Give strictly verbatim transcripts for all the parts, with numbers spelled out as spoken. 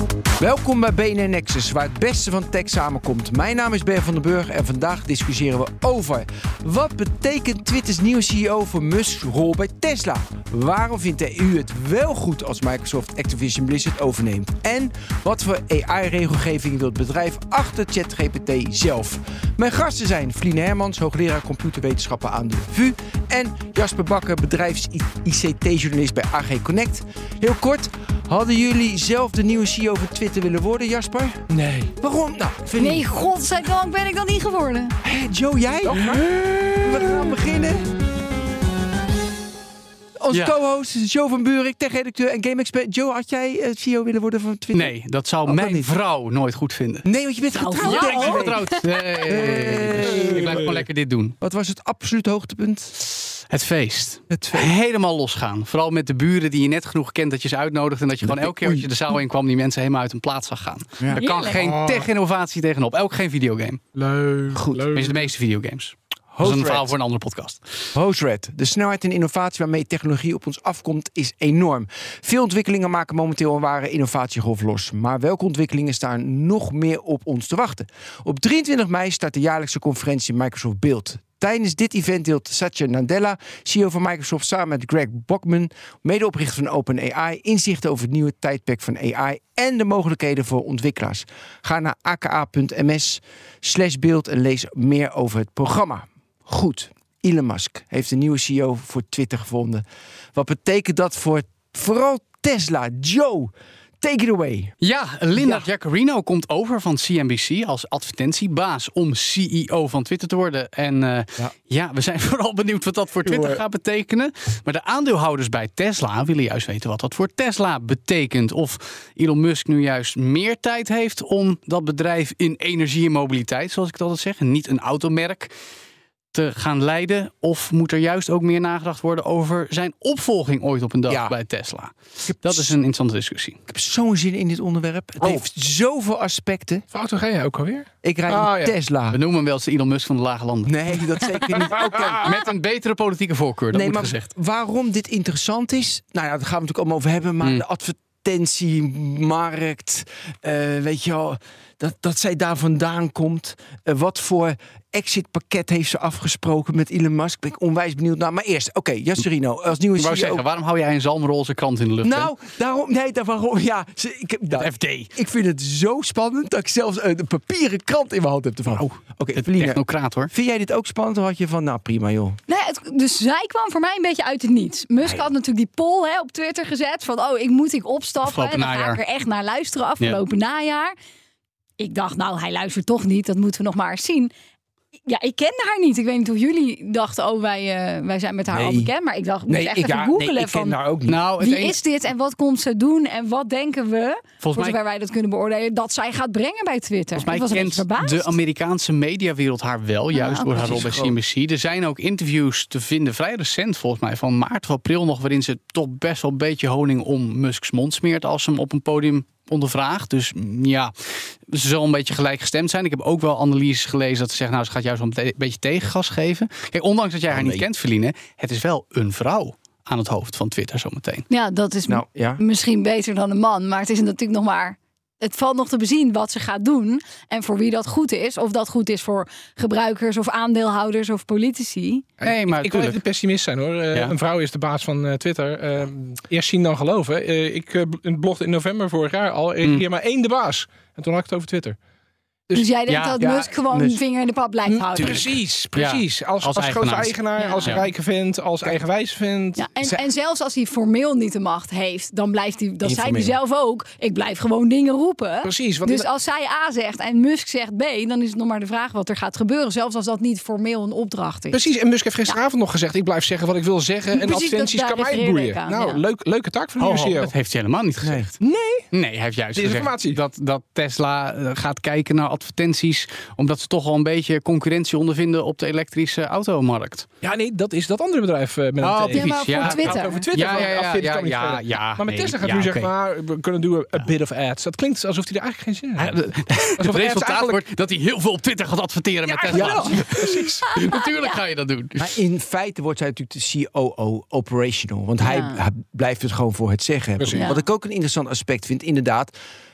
Welkom bij B N R Nexus, waar het beste van tech samenkomt. Mijn naam is Ben van den Burg en vandaag discussiëren we over... wat betekent Twitter's nieuwe C E O voor Musk's rol bij Tesla? Waarom vindt de E U het wel goed als Microsoft Activision Blizzard overneemt? En wat voor A I-regelgeving wil het bedrijf achter ChatGPT zelf? Mijn gasten zijn Feline Hermans, hoogleraar computerwetenschappen aan de V U... en Jasper Bakker, bedrijfs-I C T-journalist bij A G Connect. Heel kort, hadden jullie zelf de nieuwe C E O van Twitter willen worden, Jasper? Nee. Waarom? Nou, Feline. Nee, godzijdank ben ik dat niet geworden. Hé, Joe, jij? Oh, We gaan beginnen. Onze Ja. co-host Joe van Buurik, tech-redacteur en game-expert. Joe, had jij uh, C E O willen worden van Twitter? Nee, dat zou Oh, dat mijn niet. vrouw nooit goed vinden. Nee, want je bent Nou, getrouwd. vrouw? deze Ik ben week. getrouwd. Nee, dus ik blijf gewoon lekker dit doen. Wat was het absoluut hoogtepunt? Het feest. Het feest. Helemaal losgaan. Vooral met de buren die je net genoeg kent dat je ze uitnodigt. En dat je gewoon elke keer als je de zaal in kwam die mensen helemaal uit hun plaats zag gaan. Ja. Er kan Heerlijk. geen Oh. tech-innovatie tegenop. Ook geen videogame. Leuk. Goed. Leuk. Tenminste, de meeste videogames. Dat is een Host verhaal Red. voor een andere podcast. Host Red. De snelheid en innovatie waarmee technologie op ons afkomt is enorm. Veel ontwikkelingen maken momenteel een ware innovatiegolf los. Maar welke ontwikkelingen staan nog meer op ons te wachten? Op drieëntwintig mei start de jaarlijkse conferentie Microsoft Build. Tijdens dit event deelt Satya Nadella, C E O van Microsoft, samen met Greg Brockman, medeoprichter van OpenAI, inzichten over het nieuwe tijdperk van A I en de mogelijkheden voor ontwikkelaars. Ga naar aka.ms slash beeld en lees meer over het programma. Goed, Elon Musk heeft een nieuwe C E O voor Twitter gevonden. Wat betekent dat voor vooral Tesla? Joe, take it away. Ja, Linda Ja. Jaccarino komt over van C N B C als advertentiebaas om C E O van Twitter te worden. En uh, ja. Ja. we zijn vooral benieuwd wat dat voor Twitter Jongen. gaat betekenen. Maar de aandeelhouders bij Tesla willen juist weten wat dat voor Tesla betekent. Of Elon Musk nu juist meer tijd heeft om dat bedrijf in energie en mobiliteit, zoals ik het altijd zeg, en niet een automerk, te gaan leiden. Of moet er juist ook meer nagedacht worden over zijn opvolging ooit op een dag Ja. bij Tesla? Dat is een interessante discussie. Ik heb zo'n zin in dit onderwerp. Het Oh. heeft zoveel aspecten. Wat auto ga jij ook alweer? Ik rijd Ah, een ja. Tesla. We noemen hem wel eens de Elon Musk van de lage landen. Nee, dat zeker niet. Oké. Met een betere politieke voorkeur, dat Nee, moet maar gezegd. waarom dit interessant is? Nou ja, daar gaan we natuurlijk allemaal over hebben. Maar Mm. de advertentiemarkt, eh, weet je wel, dat, dat zij daar vandaan komt. Eh, wat voor exitpakket heeft ze afgesproken met Elon Musk? Ben ik onwijs benieuwd naar. Maar eerst, oké, Jasperino, als nieuwe Ik wou C E O... zeggen, waarom hou jij een zalmroze krant in de lucht? Nou, daarom, nee, daar, waarom, ja. ze- Ik, heb, nou, hè? F D. ik vind het zo spannend dat ik zelfs een papieren krant in mijn hand heb ervan. Oh, Oké, het Feline, technocraat hoor. vind jij dit ook spannend? Of had je van, nou prima joh. Nee, het, dus zij kwam voor mij een beetje uit het niets. Musk had natuurlijk die poll hè, op Twitter gezet van oh, ik moet ik opstappen. Afgelopen En dan ga najaar. ik er echt naar luisteren afgelopen najaar. Ik dacht, nou, hij luistert toch niet. Dat moeten we nog maar eens zien. Ja, ik kende haar niet. Ik weet niet of jullie dachten, oh, wij, uh, wij zijn met haar Nee. al bekend. Maar ik dacht, ik moet echt even ja, googelen nee, ik ken van haar ook niet. Nou, het wie enige- is dit en wat komt ze doen en wat denken we, voor mij- zover wij dat kunnen beoordelen, dat zij gaat brengen bij Twitter. Volgens mij ik was een kent beetje verbaasd. de Amerikaanse mediawereld haar wel, juist Ah, door haar ze rol is bij groot. C N B C. Er zijn ook interviews te vinden, vrij recent volgens mij, van maart of april nog, waarin ze toch best wel een beetje honing om Musks mond smeert als ze hem op een podium ondervraagt. Dus mm, ja, ze zal een beetje gelijkgestemd zijn. Ik heb ook wel analyses gelezen dat ze zeggen, nou, ze gaat juist wel een te- beetje tegengas geven. Kijk, ondanks dat jij haar Oh, niet nee. kent, Feline, het is wel een vrouw aan het hoofd van Twitter zometeen. Ja, dat is Nou, ja. misschien beter dan een man. Maar het is natuurlijk nog maar. Het valt nog te bezien wat ze gaat doen. En voor wie dat goed is. Of dat goed is voor gebruikers of aandeelhouders of politici. Nee, maar Ik wil even de pessimist zijn hoor. Uh, Ja. Een vrouw is de baas van uh, Twitter. Uh, eerst zien dan geloven. Uh, ik uh, blogde in november vorig jaar al. Uh, Mm. Hier maar één de baas. En toen had ik het over Twitter. Dus, Dus- jij denkt ja, dat ja, Musk gewoon Musk- een vinger in de pap blijft houden. Precies, precies. Als, als als, grote eigenaar. eigenaar, Ja. als Ja. rijke vent, als eigenwijs vent. Ja, en, Ze- en zelfs als hij formeel niet de macht heeft, dan blijft hij, dat zei hij Informeel. zelf ook, ik blijf gewoon dingen roepen. Precies. Want Dus als zij A zegt en Musk zegt B, dan is het nog maar de vraag wat er gaat gebeuren. Zelfs als dat niet formeel een opdracht is. Precies, en Musk heeft gisteravond nog gezegd, ik blijf zeggen wat ik wil zeggen. En Precies, advertenties dat- kan daar mij refereerde boeien. ik aan, Nou, ja. leuk, leuke taak van de Oh, nieuwe C E O. dat heeft hij helemaal niet gezegd. Nee. Nee, hij heeft juist gezegd Desinformatie. dat, dat Tesla eh, gaat kijken naar advertenties, omdat ze toch wel een beetje concurrentie ondervinden op de elektrische automarkt. Ja, nee, dat is dat andere bedrijf uh, met Oh, een op T. de Ja, maar fiets, voor ja. Twitter. Het gaat over Twitter. Ja, van, ja, ja, advertenties ja, kan niet ja, verder. ja, Maar met nee, Tesla gaat ja, nu oké. zeggen, maar we kunnen doen a bit of ads. Dat klinkt alsof hij er eigenlijk geen zin in heeft. Het ads resultaat eigenlijk- wordt dat hij heel veel op Twitter gaat adverteren met Tesla. Ja, precies. Natuurlijk ga je dat doen. Maar in feite wordt zij natuurlijk de C O O operational. Want hij, Ja. hij blijft het gewoon voor het zeggen. Precies. Ja. Wat ik ook een interessant aspect vind, inderdaad.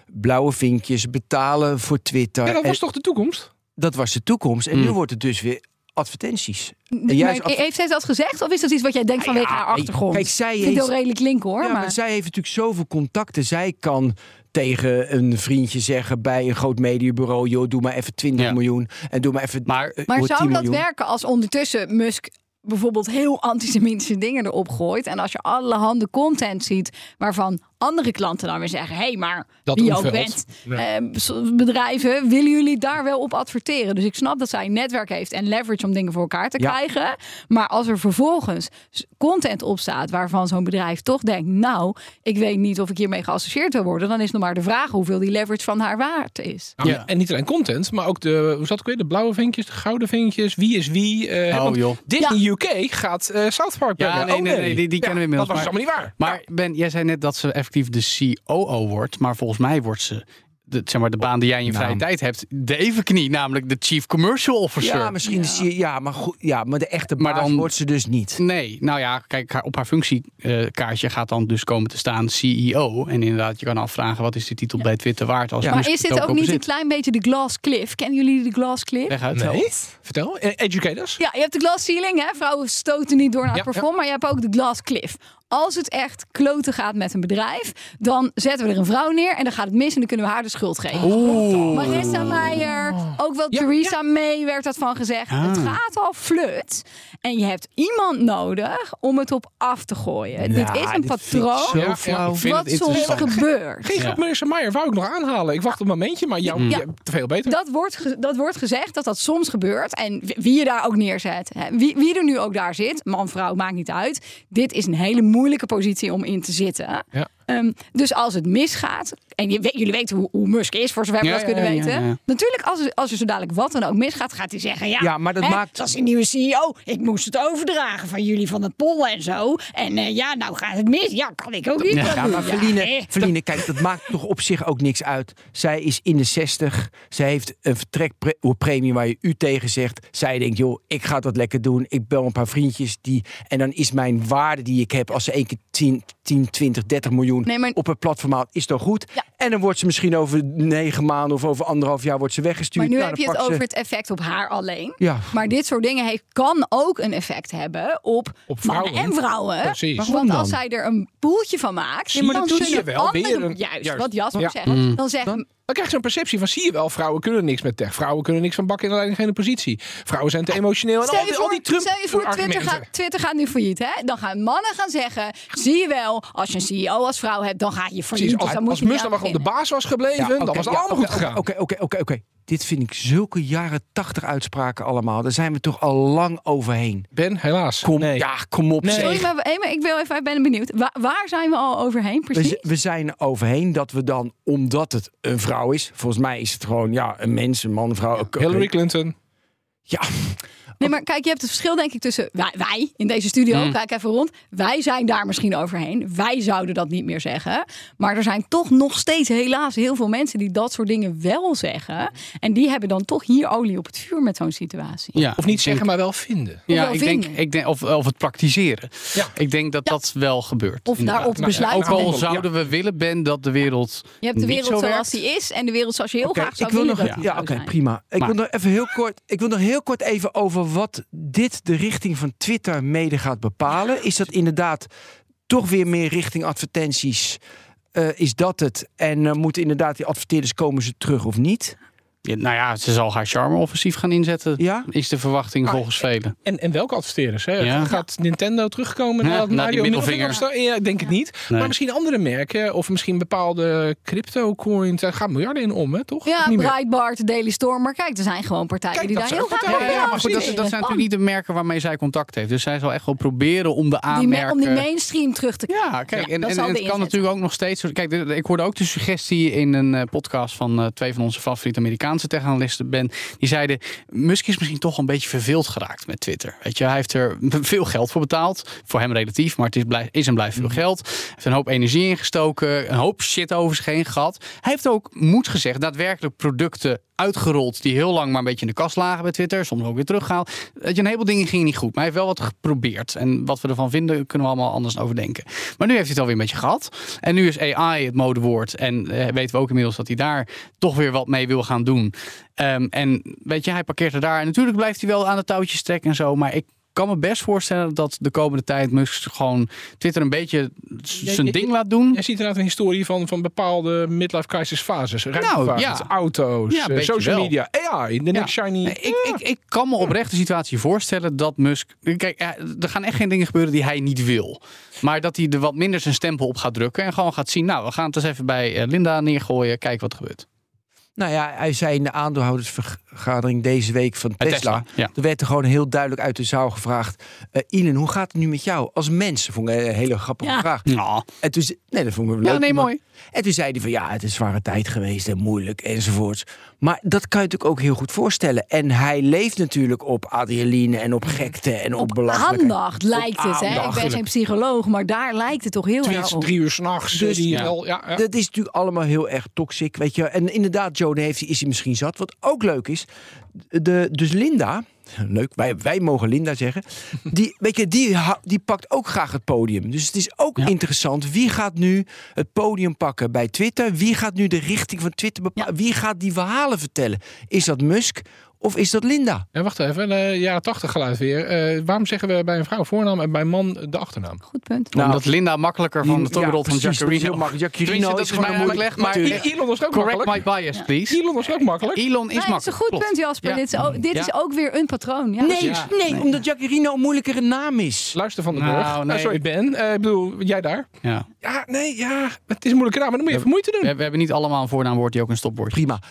blauwe vinkjes, betalen voor Twitter. Ja, dat was En toch de toekomst? dat was de toekomst. En Mm. nu wordt het dus weer advertenties. En Maar juist adver- heeft zij dat gezegd? Of is dat iets wat jij denkt vanwege Ja, haar achtergrond? kijk, zij ik vind het heeft- heel redelijk klinken hoor. Ja, maar... maar zij heeft natuurlijk zoveel contacten. Zij kan tegen een vriendje zeggen bij een groot mediabureau, joh, doe maar even twintig Ja. miljoen en doe maar even Maar- eh, Maar voor zou tien dat miljoen. werken als ondertussen Musk bijvoorbeeld heel antisemitische dingen erop gooit en als je allerhande content ziet waarvan andere klanten dan weer zeggen, hé, hey, maar Dat wie je ook omveld. bent, Ja. eh, so- bedrijven, willen jullie daar wel op adverteren? Dus ik snap dat zij een netwerk heeft en leverage om dingen voor elkaar te Ja. krijgen. Maar als er vervolgens s- content op staat waarvan zo'n bedrijf toch denkt, nou, ik weet niet of ik hiermee geassocieerd wil worden, dan is nog maar de vraag hoeveel die leverage van haar waard is. Nou, Ja. En niet alleen content, maar ook de, hoe zat ik weer, de blauwe vinkjes, de gouden vinkjes, wie is wie. eh, Oh, want joh. Disney U K gaat eh, South Park Ja, brengen. nee, Oh, nee, nee, die- die Ja, kennen we inmiddels, Dat was maar- dus allemaal niet waar. Maar Ben, jij zei net dat ze effectief de C O O wordt. Maar volgens mij wordt ze, de, zeg maar, de baan die jij in je vrije Nou. tijd hebt, de evenknie, namelijk de Chief Commercial Officer. Ja, misschien is je, ja, maar goed, ja, maar de echte Maar baas dan- wordt ze dus niet. Nee, nou ja, kijk, haar- op haar functiekaartje gaat dan dus komen te staan C E O. En inderdaad, je kan afvragen, wat is de titel bij Twitter waard? Als Ja. Musk Maar is dit het ook open niet een zit? klein beetje de glass cliff? Kennen jullie de glass cliff? Leg uit. Nee, vertel. Eh, Educators? Ja, je hebt de glass ceiling, hè? Vrouwen stoten niet door naar het Ja, plafond, maar je hebt ook de glass cliff. Als het echt kloten gaat met een bedrijf, dan zetten we er een vrouw neer en dan gaat het mis en dan kunnen we haar de schuld geven. Marissa Meijer, ook wel Ja, Theresa May werd dat van gezegd. Ah. Het gaat al flut en je hebt iemand nodig om het op af te gooien. dit is een dit vind ik patroon zo Ja, ja, flauw. ik vind wat het soms interessant. gebeurt. Geen grap, Marissa Meijer wou ik nog aanhalen. Ik wacht op een momentje, maar jou Ja. je hebt te veel beter. Dat wordt, ge- dat wordt gezegd dat dat soms gebeurt. En wie- wie je daar ook neerzet, hè, wie, wie er nu ook daar zit, man, vrouw, maakt niet uit. Dit is een hele moeilijke positie om in te zitten. Ja. Ehm, dus als het misgaat, en je, we- jullie weten hoe, hoe Musk is, voor zover we Ja, dat ja, kunnen ja, weten. ja, ja. Natuurlijk, als er, als er zo dadelijk wat dan ook misgaat, gaat hij zeggen, ja, Ja, maar dat hè, maakt- dat is een nieuwe C E O. Ik moest het overdragen van jullie van het pollen en zo. En eh, ja, nou gaat het mis. Ja, kan ik ook niet. Ja, Ja, maar hè. Feline, Feline, kijk, dat maakt toch op zich ook niks uit. Zij is in de zestig. Zij heeft een vertrekpremie waar je u tegen zegt. Zij denkt, joh, ik ga dat lekker doen. Ik bel een paar vriendjes. Die, en dan is mijn waarde die ik heb, als ze één keer tien, tien, twintig, dertig miljoen Nee, maar- op het platform haalt, is toch goed. Ja. En dan wordt ze misschien over negen maanden of over anderhalf jaar wordt ze weggestuurd. Maar nu Nou, heb dan je het pakt ze- over het effect op haar alleen. Ja. Maar dit soort dingen heeft, kan ook een effect hebben op, Op mannen vrouwen. en vrouwen. Precies. Want Waarom als dan? zij er een poeltje van maakt, Zie je, dan dat doet zullen ze wel. anderen, Weer een- juist, juist. wat Jasper Ja. zegt, Mm. dan zeggen Dan krijg je zo'n perceptie van, zie je wel, vrouwen kunnen niks met tech. Vrouwen kunnen niks van bakken in een leidinggevende positie. Vrouwen zijn te emotioneel. En Stel al je die, al voor, die Trump stel je voor Twitter, argumenten. gaat, Twitter gaat nu failliet. Hè? Dan gaan mannen gaan zeggen, zie je wel, als je een C E O als vrouw hebt, dan ga je failliet. Precies, Dus als, dan moet als je niet Musk dan maar gewoon de beginnen. baas was gebleven, Ja, dan oké, was het ja, allemaal oké, goed gegaan. Oké, oké, oké, oké. Dit vind ik zulke jaren tachtig uitspraken allemaal. Daar zijn we toch al lang overheen. Ben, helaas. Kom, nee. Ja, kom op. Nee. zeg. Sorry, maar, hey, maar ik, wil even, ik ben benieuwd. Waar, waar zijn we al overheen We, precies? z- we zijn er overheen dat we dan, omdat het een vrouw is... Volgens mij is het gewoon ja, een mens, een man, een vrouw. oké. Hillary Clinton. Ja, Nee, maar kijk, je hebt het verschil denk ik tussen wij, wij in deze studio, Mm. kijk even rond. Wij zijn daar misschien overheen. Wij zouden dat niet meer zeggen. Maar er zijn toch nog steeds helaas heel veel mensen die dat soort dingen wel zeggen. En die hebben dan toch hier olie op het vuur met zo'n situatie. Ja, Of niet ik zeggen, denk- maar wel vinden. Ja, wel ik denk, vinden. ik denk of, of het praktiseren. Ja. Ik denk dat dat wel gebeurt. Of inderdaad. daarop Nou, besluiten. Ook al Ja. zouden we willen, Ben, dat de wereld Je hebt de niet wereld zo zoals werkt. die is en de wereld zoals je heel oké, graag zou ik wil willen nog, dat die ja, zou oké, zijn. prima. Ik Maar- wil nog even heel kort. Ik wil nog heel kort even over wat dit de richting van Twitter mede gaat bepalen. Is dat inderdaad toch weer meer richting advertenties? Eh, is dat het? En eh, moeten inderdaad die adverteerders komen ze terug of niet? Ja, nou ja, ze zal haar charme-offensief gaan inzetten. Ja? Is de verwachting Ah, volgens velen. En, en welke adverteerders? Hè? Ja. Gaat Nintendo terugkomen Ja, naar dat naar die Mario middelvinger. middelvinger? Ja, ik denk het niet. Nee. Maar misschien andere merken of misschien bepaalde crypto-coins. Daar gaan miljarden in om, hè? Toch? Ja, Of niet meer? Breitbart, Daily Storm. Maar kijk, er zijn gewoon partijen Kijk, die dat daar zijn heel graag partijen. mee Ja, maar goed, dat, adverteren. dat zijn natuurlijk niet de merken waarmee zij contact heeft. Dus zij zal echt wel proberen om de Die me- aanmerken... om die mainstream terug te krijgen. Ja, kijk, Ja, en, dat en, zal en de het kan inzet natuurlijk ook nog steeds... Kijk, de- ik hoorde ook de suggestie in een eh, podcast van eh, twee van onze favoriete Amerikaanse tech-analysten, Ben. Die zeiden, Musk is misschien toch een beetje verveeld geraakt met Twitter. Weet je, hij heeft er veel geld voor betaald. Voor hem relatief, maar het is, blij, is en blijft veel geld. Hij heeft een hoop energie ingestoken, een hoop shit over zich heen gehad. Hij heeft ook, moet gezegd, daadwerkelijk producten uitgerold die heel lang maar een beetje in de kast lagen bij Twitter. Soms ook weer teruggehaald. Weet je, een heleboel dingen gingen niet goed. Maar hij heeft wel wat geprobeerd. En wat we ervan vinden, kunnen we allemaal anders over denken. Maar nu heeft hij het alweer een beetje gehad. En nu is A I het modewoord. En uh, weten we ook inmiddels dat hij daar toch weer wat mee wil gaan doen. Um, en weet je, hij parkeert er daar. En natuurlijk blijft hij wel aan de touwtjes trekken en zo. Maar ik kan me best voorstellen dat de komende tijd Musk gewoon Twitter een beetje zijn ding laat doen. Jij ziet inderdaad een historie van, van bepaalde midlife crisis fases. Nou, ja. Auto's, Ja, uh, social wel. media, A I, de next Ja. shiny. Nee, ik, ik, ik kan me oprecht de situatie voorstellen dat Musk... Kijk, er gaan echt geen dingen gebeuren die hij niet wil. Maar dat hij er wat minder zijn stempel op gaat drukken. En gewoon gaat zien, nou, we gaan het eens even bij Linda neergooien. Kijk wat er gebeurt. Nou ja, hij zei in de aandeelhoudersvergadering deze week van Bij Tesla. Tesla, ja. Er werd er gewoon heel duidelijk uit de zaal gevraagd. Uh, Elon, hoe gaat het nu met jou als mens? Vond ik een hele grappige Ja. vraag. Nou, En toen, ze- nee, dat vond ik wel leuk. ja, nee, maar- mooi. En toen zei hij van ja, het is een zware tijd geweest en moeilijk enzovoorts. Maar dat kan je natuurlijk ook heel goed voorstellen. En hij leeft natuurlijk op adrenaline en op gekte en op, Op belachelijkheid. aandacht lijkt het. Hè? Ik aandacht. ben geen psycholoog, maar daar lijkt het toch heel erg Tweets op. drie uur s'nachts. Dus- die ja. wel, ja, ja. Dat is natuurlijk allemaal heel erg toxic, weet je. En inderdaad, Joe, dan heeft hij, is hij misschien zat. Wat ook leuk is, de, dus Linda, leuk, wij, wij mogen Linda zeggen. Die, weet je, die, ha- die pakt ook graag het podium. Dus het is ook Ja. interessant. Wie gaat nu het podium pakken bij Twitter? Wie gaat nu de richting van Twitter bepalen? Wie gaat die verhalen vertellen? Is dat Musk of is dat Linda? En wacht even, de jaren tachtig geluid weer. Uh, waarom zeggen we bij een vrouw voornaam en bij een man de achternaam? Goed punt. Nou, Omdat Linda makkelijker van de tongrol van precies, dat is Jacarino. heel makkelijk. Jacarino Tenminste, is dat gewoon is een mijn moeilijk... uitleg, maar Natuurlijk. Elon is ook correct makkelijk. my bias, please. Elon is ook makkelijk. Elon is Nee, dat is een makkelijk. goed klopt. punt, Jasper. Ja. Dit, is ook, dit Ja. is ook weer een patroon. Ja. Nee, Ja. nee, Nee. omdat Jacarino een moeilijkere naam is. Luister van den Nou, Burg. nee. Uh, sorry, Ben. Uh, ik bedoel, jij daar? Ja. Ja, nee, ja. Het is een moeilijke naam, maar dan moet je even moeite doen. We, we hebben niet allemaal een voornaamwoord die ook een stopwoord is. Prima.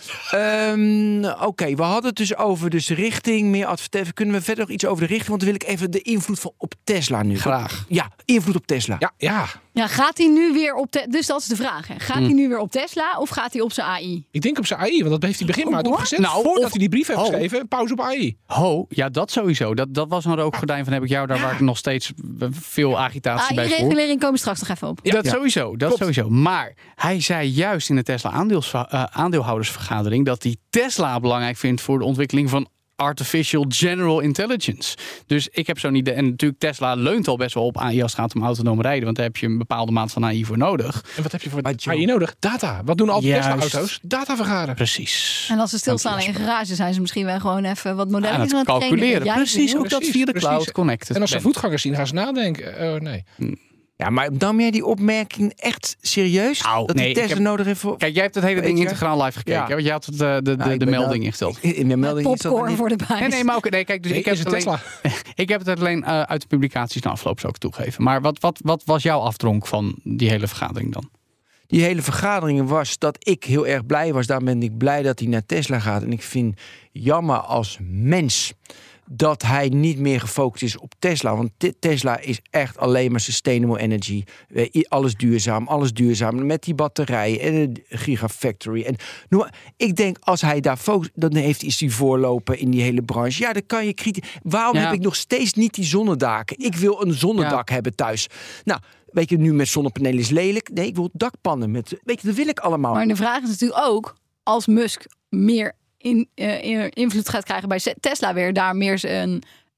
Ehm, Oké, we hadden het dus over dus de richting, meer adverteren. Kunnen we verder nog iets over de richting? Want dan wil ik even de invloed van op Tesla nu. Graag. Ja, invloed op Tesla. Ja, ja. Ja, gaat hij nu weer op... Te- dus dat is de vraag. Hè. Gaat Hm. hij nu weer op Tesla of gaat hij op zijn A I? Ik denk op zijn A I, want dat heeft hij begin maart Oh, opgezet. nou, voordat of- hij die brief heeft oh. geschreven, pauze op A I. Ho, ja, dat sowieso. Dat, dat was een rookgordijn van heb ik jou daar waar ik nog steeds veel agitatie bij voel. A I-regulering komen we straks nog even op. dat Ja. sowieso, dat Klopt. sowieso. Maar hij zei juist in de Tesla aandeels, uh, aandeelhoudersvergadering dat hij Tesla belangrijk vindt voor de ontwikkeling van Artificial General Intelligence. Dus ik heb zo'n idee. En natuurlijk, Tesla leunt al best wel op A I als het gaat om autonoom rijden. Want daar heb je een bepaalde maat van A I voor nodig. En wat heb je voor Maar A Joe- I nodig? Data. Wat doen al die Juist. Tesla-auto's? Data vergaren. Precies. En als ze stilstaan in een garage, zijn ze misschien wel gewoon even wat Aan modelletjes het aan het trainen. calculeren. Jij Precies, wil. ook dat Precies, via de precies. cloud connected En als ze bent. voetgangers zien, gaan ze nadenken. Oh, nee. Ja, maar nam jij die opmerking echt serieus? Nou, dat nee, die ik Tesla heb- nodig heeft voor... Kijk, jij hebt het hele Weet ding je? integraal live gekeken. Ja. hè? Want je had het, uh, de, de, Nou, ik de ben melding daar- ingesteld. In mijn melding is dat Popcorn niet- voor de buis. Nee, nee, maar ook, nee, kijk, dus Nee, ik, heb is het het alleen, ik heb het alleen uh, uit de publicaties na afloop, zou ik toegeven. Maar wat, wat, wat was jouw afdronk van die hele vergadering dan? Die hele vergadering was dat ik heel erg blij was. Daarom ben ik blij dat hij naar Tesla gaat. En ik vind jammer als mens dat hij niet meer gefocust is op Tesla. Want te- Tesla is echt alleen maar sustainable energy. Eh, i- Alles duurzaam, alles duurzaam. Met die batterijen en de Gigafactory. En noem maar, ik denk, als hij daar focust, dan heeft is hij voorloper in die hele branche. Ja, dan kan je kritisch. Waarom Ja. heb ik nog steeds niet die zonnedaken? Ik wil een zonnedak hebben thuis. Nou, weet je, nu met zonnepanelen is lelijk. Nee, ik wil dakpannen met. Weet je, dat wil ik allemaal. Maar de vraag is natuurlijk ook, als Musk meer in, uh, in- invloed gaat krijgen bij Tesla weer, daar meer zijn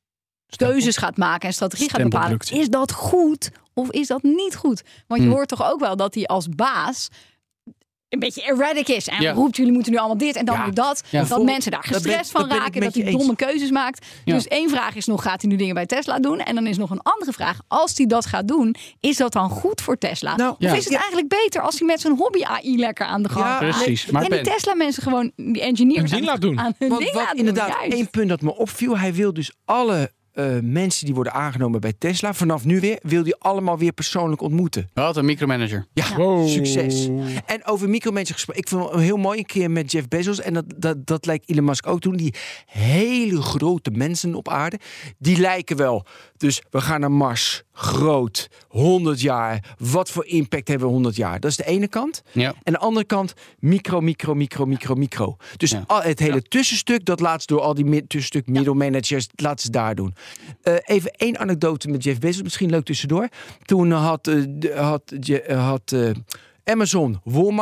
keuzes gaat maken en strategie gaat bepalen. Stempeldrukte. Is dat goed of is dat niet goed? Want je Hmm. hoort toch ook wel dat hij als baas een beetje erratic is. En Ja. roept, jullie moeten nu allemaal dit en dan Ja. weer dat. Ja. Dat mensen daar Dat ben- gestrest van dat ben ik raken. met Dat je hij eens. domme keuzes maakt. Ja. Dus één vraag is nog, gaat hij nu dingen bij Tesla doen? En dan is nog een andere vraag. Als hij dat gaat doen, is dat dan goed voor Tesla? Nou, of ja. is het eigenlijk beter als hij met zijn hobby A I lekker aan de gang Ja, gaat? Precies. Maar en die Ben, Tesla mensen gewoon, die engineers Hun ding aan, laat doen. aan hun Want ding wat laten inderdaad doen. Juist. één punt dat me opviel. Hij wil dus alle eh, mensen die worden aangenomen bij Tesla, vanaf nu weer, wil hij allemaal weer persoonlijk ontmoeten. wat een micromanager. Ja, Wow. succes. En over micromensen gesproken. Ik vond het heel mooi een keer met Jeff Bezos. En dat, dat, dat lijkt Elon Musk ook toen. Die hele grote mensen op aarde. Die lijken wel. Dus we gaan naar Mars. Groot. honderd jaar. Wat voor impact hebben we honderd jaar? Dat is de ene kant. Ja. En de andere kant micro, micro, micro, micro, micro. Dus Ja. al, het hele tussenstuk, dat laat ze door al die mid- tussenstuk middelmanagers, laten ze daar doen. Uh, even één anekdote met Jeff Bezos, misschien leuk tussendoor. Toen had, uh, de- had, Je- uh, had uh, Amazon Walmart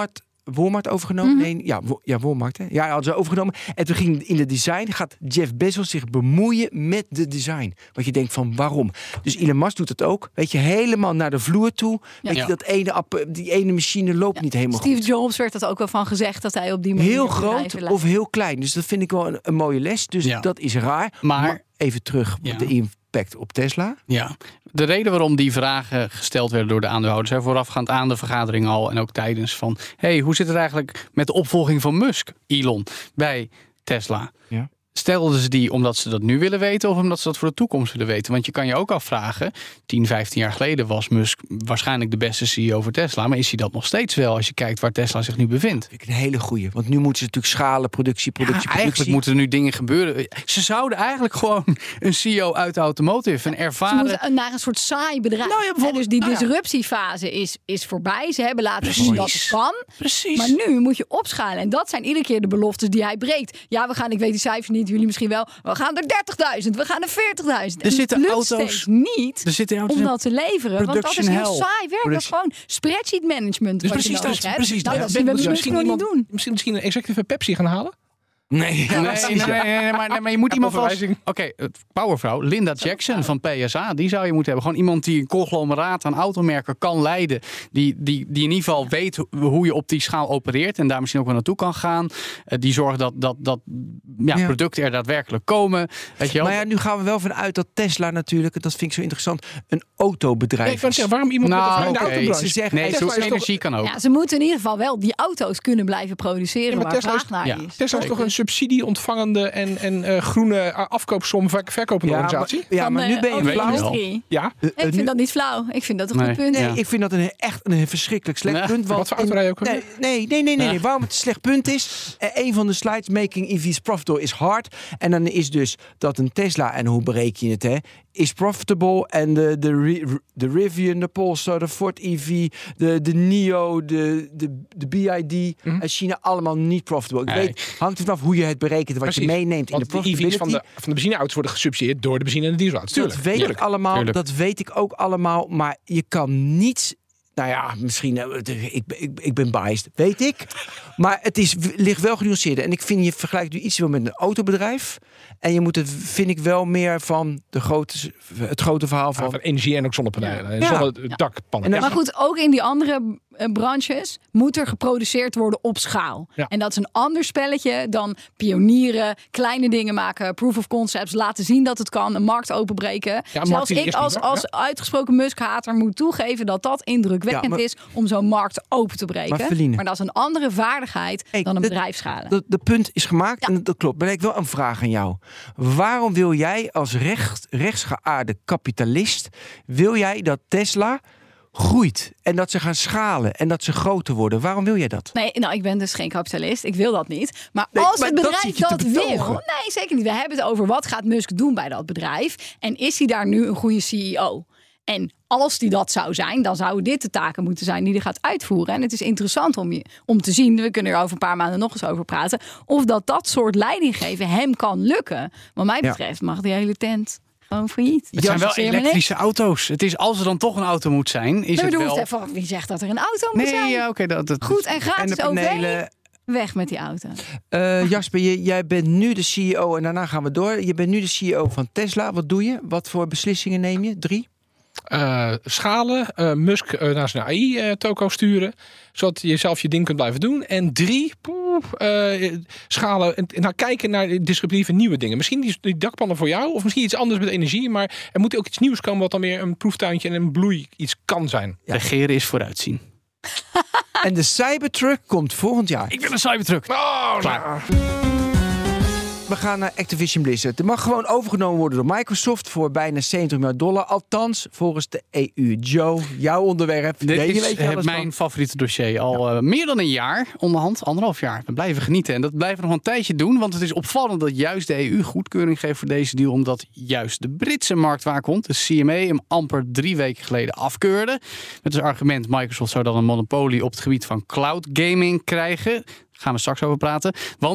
Walmart overgenomen. Mhm. Nee, ja, Wo- ja, Walmart. Hè? Ja, hadden ze overgenomen. En toen ging in het design, gaat Jeff Bezos zich bemoeien met de design. Wat je denkt van, waarom? Dus Elon Musk doet het ook. Weet je, helemaal naar de vloer toe. Weet Ja. je, dat ene app, die ene machine loopt niet helemaal Steve goed. Jobs werd dat ook wel van gezegd dat hij op die manier Heel bedrijven groot leidt. of heel klein. Dus dat vind ik wel een, een mooie les. Dus Ja. dat is raar. Maar- even terug Ja. op de impact op Tesla. Ja, de reden waarom die vragen gesteld werden door de aandeelhouders, hè, voorafgaand aan de vergadering al en ook tijdens van, hey, hoe zit het eigenlijk met de opvolging van Musk, Elon, bij Tesla? Ja. Stelden ze die omdat ze dat nu willen weten of omdat ze dat voor de toekomst willen weten? Want je kan je ook afvragen, tien, vijftien jaar geleden was Musk waarschijnlijk de beste C E O voor Tesla. Maar is hij dat nog steeds wel als je kijkt waar Tesla zich nu bevindt? Vind ik een hele goeie. Want nu moeten ze natuurlijk schalen, productie, productie, Ja, eigenlijk productie. moeten er nu dingen gebeuren. Ze zouden eigenlijk gewoon een C E O uit de automotive, een Ze ervaren... moeten naar een soort saai bedrijf. Nou ja, bijvoorbeeld- Hè, dus die nou ja. disruptiefase is, is voorbij. Ze hebben laten Precies. zien dat het kan. Precies. Maar nu moet je opschalen. En dat zijn iedere keer de beloftes die hij breekt. Ja, we gaan, ik weet die cijfers niet, jullie misschien wel. We gaan er dertigduizend, we gaan er veertigduizend. Er En zitten het lukt auto's- steeds niet Er zitten auto's om in- dat te leveren. Want dat is production heel hell. saai werk. Dat is Production- gewoon spreadsheet management. Dus wat je precies nodig dat, hebt. precies nou, dat. dat zien we Moet bij misschien Musk nog niet iemand- doen. Misschien, misschien een executive bij Pepsi gaan halen? Nee, Nee, nee, nee, nee, maar, nee, maar je moet Ja, iemand als... verwijzing. Oké, het powervrouw, Linda Jackson van P S A, die zou je moeten hebben. Gewoon iemand die een conglomeraat aan automerken kan leiden. Die, die, die in ieder geval weet ho- hoe je op die schaal opereert en daar misschien ook wel naartoe kan gaan. Uh, die zorgt dat, dat, dat ja, Ja. producten er daadwerkelijk komen. Weet je wel? Maar ja, nu gaan we wel vanuit dat Tesla natuurlijk, dat vind ik zo interessant, een autobedrijf Nee, ik wou is. zeggen, waarom iemand met Nou, een oké. de autobranche? Ze zeggen, nee, Tesla zo is toch- energie kan ook. Ja, ze moeten in ieder geval wel die auto's kunnen blijven produceren Ja, maar waar Tesla is- vraag naar ja. is. Tesla is toch een subsidie ontvangende en, en eh, groene afkoopsom ver- verkopende ja, maar, organisatie? ja, Van maar de nu ben je flauw. auto-industrie. Ja. Eh, Ik eh, nu- vind dat niet flauw. Ik vind dat een Nee. goed punt. Nee, Ja. ik vind dat een, echt een verschrikkelijk slecht Ja. punt. Want Wat voor auto rij je ook nee, weer? nee, nee, nee, nee, Ja. nee. Waarom het een slecht punt is. Eh, een van de slides, making E V's profitable, is hard. En dan is dus dat een Tesla, en hoe bereken je het, hè, is profitable. En de, de, Ri- de Rivian, de Polestar, de Ford E V, de, de Nio, de, de, de B I D Mhm. en China allemaal niet profitable. Ik Nee. weet, hangt er vanaf hoe je het berekent, wat je Precies. meeneemt in Want de de E V's profitability. van de, van de benzineauto's worden gesubsidieerd door de benzine- en de dieselauto's. Tuurlijk. Dat weet Tuurlijk. ik allemaal. Tuurlijk. Dat weet ik ook allemaal. Maar je kan niet. Nou ja, misschien. eh, Ik, ik, ik ben biased, weet ik. Maar het is, ligt wel genuanceerder. En ik vind je vergelijkt nu iets wel met een autobedrijf. En je moet het, vind ik, wel meer van de grote, het grote verhaal Van, van. van energie en ook zonnepanelen. En Ja. zonnedakpannen. En dan- Maar goed, ook in die andere eh, branches moet er geproduceerd worden op schaal. Ja. En dat is een ander spelletje dan pionieren, kleine dingen maken, proof of concepts, laten zien dat het kan, een markt openbreken. Zelfs markt die ik eerst als, niet, als uitgesproken Musk-hater moet toegeven dat dat indrukwekkend Ja, maar- is om zo'n markt open te breken. Maar Feline- Maar dat is een andere vaardigheid Hey, dan een dat- bedrijf schalen. De, de punt is gemaakt Ja. en dat klopt. Maar ik wel een vraag aan jou. Waarom wil jij als recht, rechtsgeaarde kapitalist, wil jij dat Tesla groeit en dat ze gaan schalen en dat ze groter worden? Waarom wil jij dat? Nee, nou, ik ben dus geen kapitalist. Ik wil dat niet. Maar Nee, als maar het dat bedrijf zit je te dat, wil... betogen. Nee, zeker niet. We hebben het over wat gaat Musk doen bij dat bedrijf. En is hij daar nu een goede C E O? En als die dat zou zijn, dan zouden dit de taken moeten zijn die hij gaat uitvoeren. En het is interessant om, je, om te zien, we kunnen er over een paar maanden nog eens over praten, of dat dat soort leiding geven hem kan lukken. Wat mij Ja. betreft mag die hele tent gewoon failliet. Het zijn wel Interesseert me niks. elektrische auto's. Het is, als er dan toch een auto moet zijn, is Nee, maar het er wel... hoeft even, wie zegt dat er een auto moet Nee, zijn? ja, oké. dat, dat, Goed en En gratis de O V, panelen. weg met die auto. Eh, Jasper, je- jij bent nu de C E O en daarna gaan we door. Je bent nu de C E O van Tesla. Wat doe je? Wat voor beslissingen neem je? Drie? Eh, schalen, eh, Musk eh, naar zijn A I-toko sturen, zodat je zelf je ding kunt blijven doen. En drie, poeh, eh, schalen en nou, kijken naar disruptieve nieuwe dingen. Misschien die, die dakpannen voor jou, of misschien iets anders met energie, maar er moet ook iets nieuws komen wat dan weer een proeftuintje en een bloei iets kan zijn. Regeren is vooruitzien. En de Cybertruck komt volgend jaar. Ik wil een Cybertruck. Oh, Klaar. We gaan naar Activision Blizzard. Het mag gewoon overgenomen worden door Microsoft voor bijna zeventig miljard dollar. Althans, volgens de E U. Joe, jouw onderwerp. Dit Nee, je is weet je eh, alles mijn van. favoriete dossier. Al eh, meer dan een jaar, onderhand, anderhalf jaar. We blijven genieten. En dat blijven we nog een tijdje doen. Want het is opvallend dat juist de E U goedkeuring geeft voor deze deal. Omdat juist de Britse marktwaakhond, de C M A, hem amper drie weken geleden afkeurde. Met als argument, Microsoft zou dan een monopolie op het gebied van cloud gaming krijgen. Daar gaan we straks over praten. Want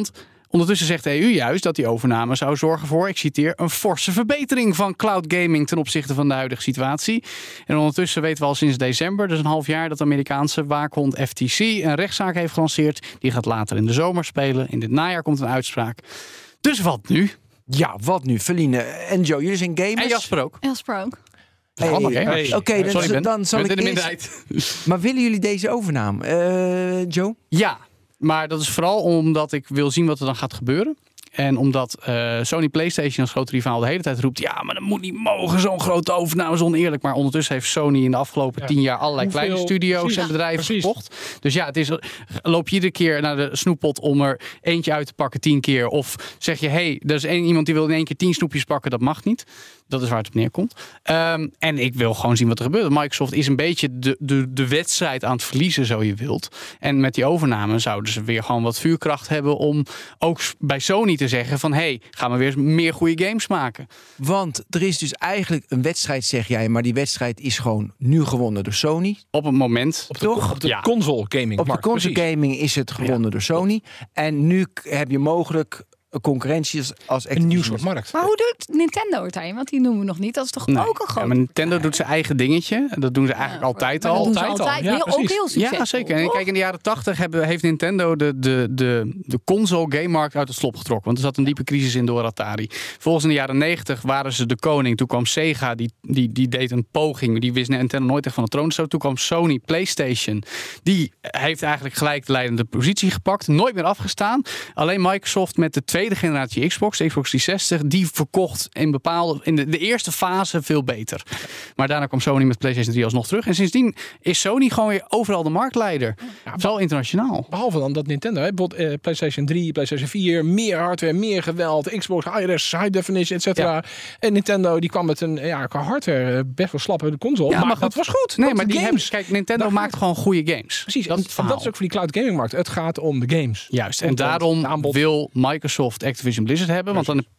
Ondertussen zegt de E U juist dat die overname zou zorgen voor, ik citeer, een forse verbetering van cloud gaming ten opzichte van de huidige situatie. En ondertussen weten we al sinds december, dus een half jaar, dat de Amerikaanse waakhond F T C een rechtszaak heeft gelanceerd. Die gaat later in de zomer spelen. In dit najaar komt een uitspraak. Dus wat nu? Ja, wat nu? Feline en Joe, jullie zijn gamers. En Jasper ook. Jasper ook. Hey, Allemaal hey, gamers. Oké, Hey. dan, Sorry, Ben. dan zal Je ik bent in de eerst... minderheid. Maar willen jullie deze overname? Uh, Joe? Ja, maar dat is vooral omdat ik wil zien wat er dan gaat gebeuren. En omdat uh, Sony PlayStation als grote rivaal de hele tijd roept... ja, maar dat moet niet mogen, zo'n grote overname is oneerlijk. Maar ondertussen heeft Sony in de afgelopen ja. tien jaar... allerlei Hoeveel? kleine studio's precies, en bedrijven precies. gekocht. Dus ja, het is, loop je iedere keer naar de snoeppot om er eentje uit te pakken tien keer. Of zeg je, hé, hey, er is één, iemand die wil in één keer tien snoepjes pakken. Dat mag niet. Dat is waar het op neerkomt. Um, en ik wil gewoon zien wat er gebeurt. Microsoft is een beetje de, de, de wedstrijd aan het verliezen, zo je wilt. En met die overname zouden ze weer gewoon wat vuurkracht hebben... om ook bij Sony te zeggen van... hé, hey, gaan we weer meer goede games maken. Want er is dus eigenlijk een wedstrijd, zeg jij... maar die wedstrijd is gewoon nu gewonnen door Sony. Op het moment. Op de, Toch? Op de ja. console gaming. Op de console precies. gaming is het gewonnen ja. door Sony. En nu heb je mogelijk... concurrentie als een nieuw soort markt. Maar hoe doet Nintendo het daarin? Want die noemen we nog niet. Dat is toch nee. ook een groot... Ja, maar Nintendo doet zijn eigen dingetje. Dat doen ze eigenlijk ja, altijd al. Dat doen ze altijd altijd. al. Ja, heel, ook heel succesvol. Ja, zeker. En kijk, in de jaren tachtig heeft Nintendo de, de, de, de console game markt uit het slop getrokken. Want er zat een diepe crisis in door Atari. Volgens in de jaren negentig waren ze de koning. Toen kwam Sega, die, die, die deed een poging. Die wist Nintendo nooit echt van de troon. Zo, toen kwam Sony PlayStation. Die heeft eigenlijk gelijk de leidende positie gepakt. Nooit meer afgestaan. Alleen Microsoft met de tweede generatie Xbox. Xbox, de Xbox driehonderdzestig, die verkocht in bepaalde in de, de eerste fase veel beter. Maar daarna kwam Sony met PlayStation drie alsnog terug. En sindsdien is Sony gewoon weer overal de marktleider. Ja, Zo internationaal. Behalve dan dat Nintendo, hè, uh, PlayStation drie, PlayStation vier, meer hardware, meer geweld, Xbox, high-res, high definition, et cetera. Ja. En Nintendo die kwam met een ja, qua hardware best wel slappe console. Ja, maar, maar dat was goed. Nee, dat maar die games. hebben, kijk, Nintendo dat maakt gewoon goede games. Precies. Dat, en, dat is ook voor die cloud gaming markt. Het gaat om de games. Juist. En daarom wil Microsoft Activision Blizzard hebben, want dan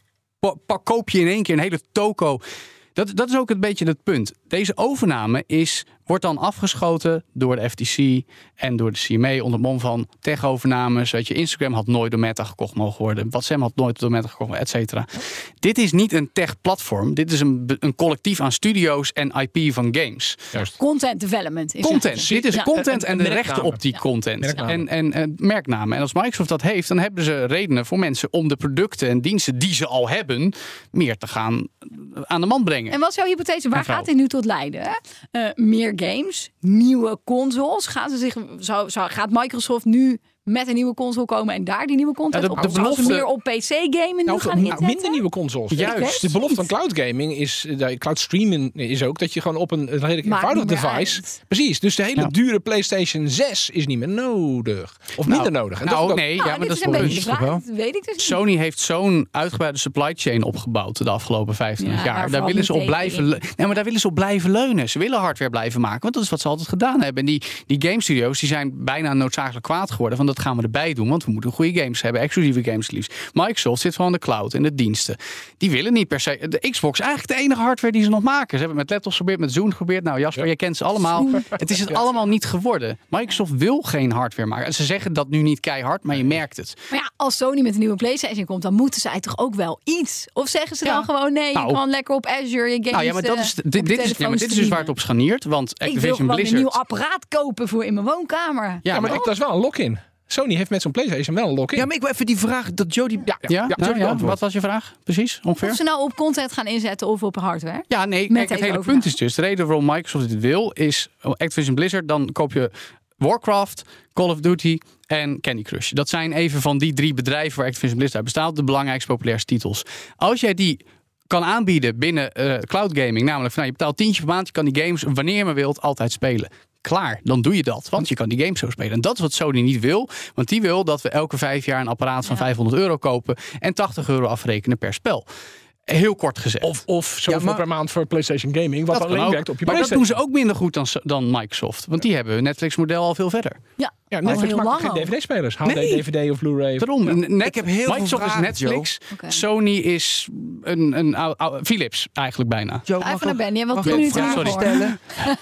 koop je in één keer een hele toko. Dat, dat is ook een beetje het punt. Deze overname is, wordt dan afgeschoten door de F T C en door de C M A onder mom van tech-overnames. Weet je, Instagram had nooit door Meta gekocht mogen worden. WhatsApp had nooit door Meta gekocht, et cetera. Dit is niet een tech-platform. Dit is een, een collectief aan studio's en I P van games. Juist. Content development. Is content. Dit is ja. content en de rechten op die ja. content. Merkname. En, en, en merknamen. En als Microsoft dat heeft, dan hebben ze redenen voor mensen om de producten en diensten die ze al hebben, meer te gaan aan de man brengen. En wat is jouw hypothese? Waar gaat dit nu tot leiden? Uh, meer games, nieuwe consoles. Gaan ze zich, zou, zou, gaat Microsoft nu met een nieuwe console komen en daar die nieuwe content ja, de, op? de belofte, meer op P C gamen nou, nu gaan nou, minder nieuwe consoles. Juist. De belofte van cloud gaming is, de cloud streaming is ook dat je gewoon op een redelijk eenvoudig device. Uit. Precies. Dus de hele ja. dure PlayStation zes is niet meer nodig. Of nou, minder nodig. En nou, dat nee, nou, ja, maar dat is een wel beetje vraag, wel. Dat weet ik dus niet. Sony heeft zo'n uitgebreide supply chain opgebouwd de afgelopen vijfentwintig ja, jaar. Daar willen ze op blijven. Le- nee, maar daar willen ze op blijven leunen. Ze willen hardware blijven maken, want dat is wat ze altijd gedaan hebben. En die, die game studio's die zijn bijna noodzakelijk kwaad geworden. Van dat gaan we erbij doen, want we moeten goede games hebben, exclusieve games liefst. Microsoft zit gewoon in de cloud en de diensten. Die willen niet per se. De Xbox is eigenlijk de enige hardware die ze nog maken. Ze hebben met laptops geprobeerd, met Zoom geprobeerd. Nou Jasper, ja. je kent ze allemaal. Het is het ja. allemaal niet geworden. Microsoft wil geen hardware maken. En ze zeggen dat nu niet keihard, maar je merkt het. Maar ja, als Sony met een nieuwe PlayStation komt, dan moeten zij toch ook wel iets? Of zeggen ze ja. dan gewoon nee, nou, je kan lekker op Azure je games. Nou ja, maar dat is dit, dit is, ja, maar dit is dus waar het op scharniert, want Activision Blizzard. Ik wil Blizzard, een nieuw apparaat kopen voor in mijn woonkamer. Ja, ja maar, maar dat is wel een lock-in. Sony heeft met zo'n PlayStation wel een lock-in. Ja, maar ik wil even die vraag dat Jody... Ja, ja, ja, ja, nou, ja. Wat was je vraag? Precies, ongeveer? Of ze nou op content gaan inzetten of op hardware? Ja, nee, kijk, het hele punt is dus, de reden waarom Microsoft dit wil, is Activision Blizzard, dan koop je Warcraft, Call of Duty en Candy Crush. Dat zijn even van die drie bedrijven waar Activision Blizzard uit bestaat, de belangrijkste populairste titels. Als jij die kan aanbieden binnen uh, cloud gaming, namelijk van nou, je betaalt tientje per maand, je kan die games wanneer je maar wilt altijd spelen. Klaar, dan doe je dat. Want je kan die games zo spelen. En dat is wat Sony niet wil. Want die wil dat we elke vijf jaar een apparaat van ja. vijfhonderd euro kopen en tachtig euro afrekenen per spel. Heel kort gezegd. Of, of zoveel ja, maar, per maand voor PlayStation Gaming, wat alleen ook werkt op je maar PlayStation. Maar dat doen ze ook minder goed dan, dan Microsoft. Want die hebben hun Netflix-model al veel verder. Ja, ja Netflix maakt geen D V D-spelers. H D, nee. D V D of Blu-ray. Daarom. Ja. Net, ik heb heel Microsoft veel vragen, is Netflix. Okay. Sony is een, een, een, een Philips eigenlijk bijna. Joe, even naar Ben. Je hebt wat minuten ja, sorry. stellen.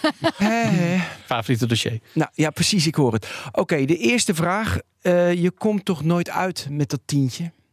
Favoriete dossier. Nou ja, precies. Ik hoor het. Oké, okay, de eerste vraag. Uh, je komt toch nooit uit met dat tientje?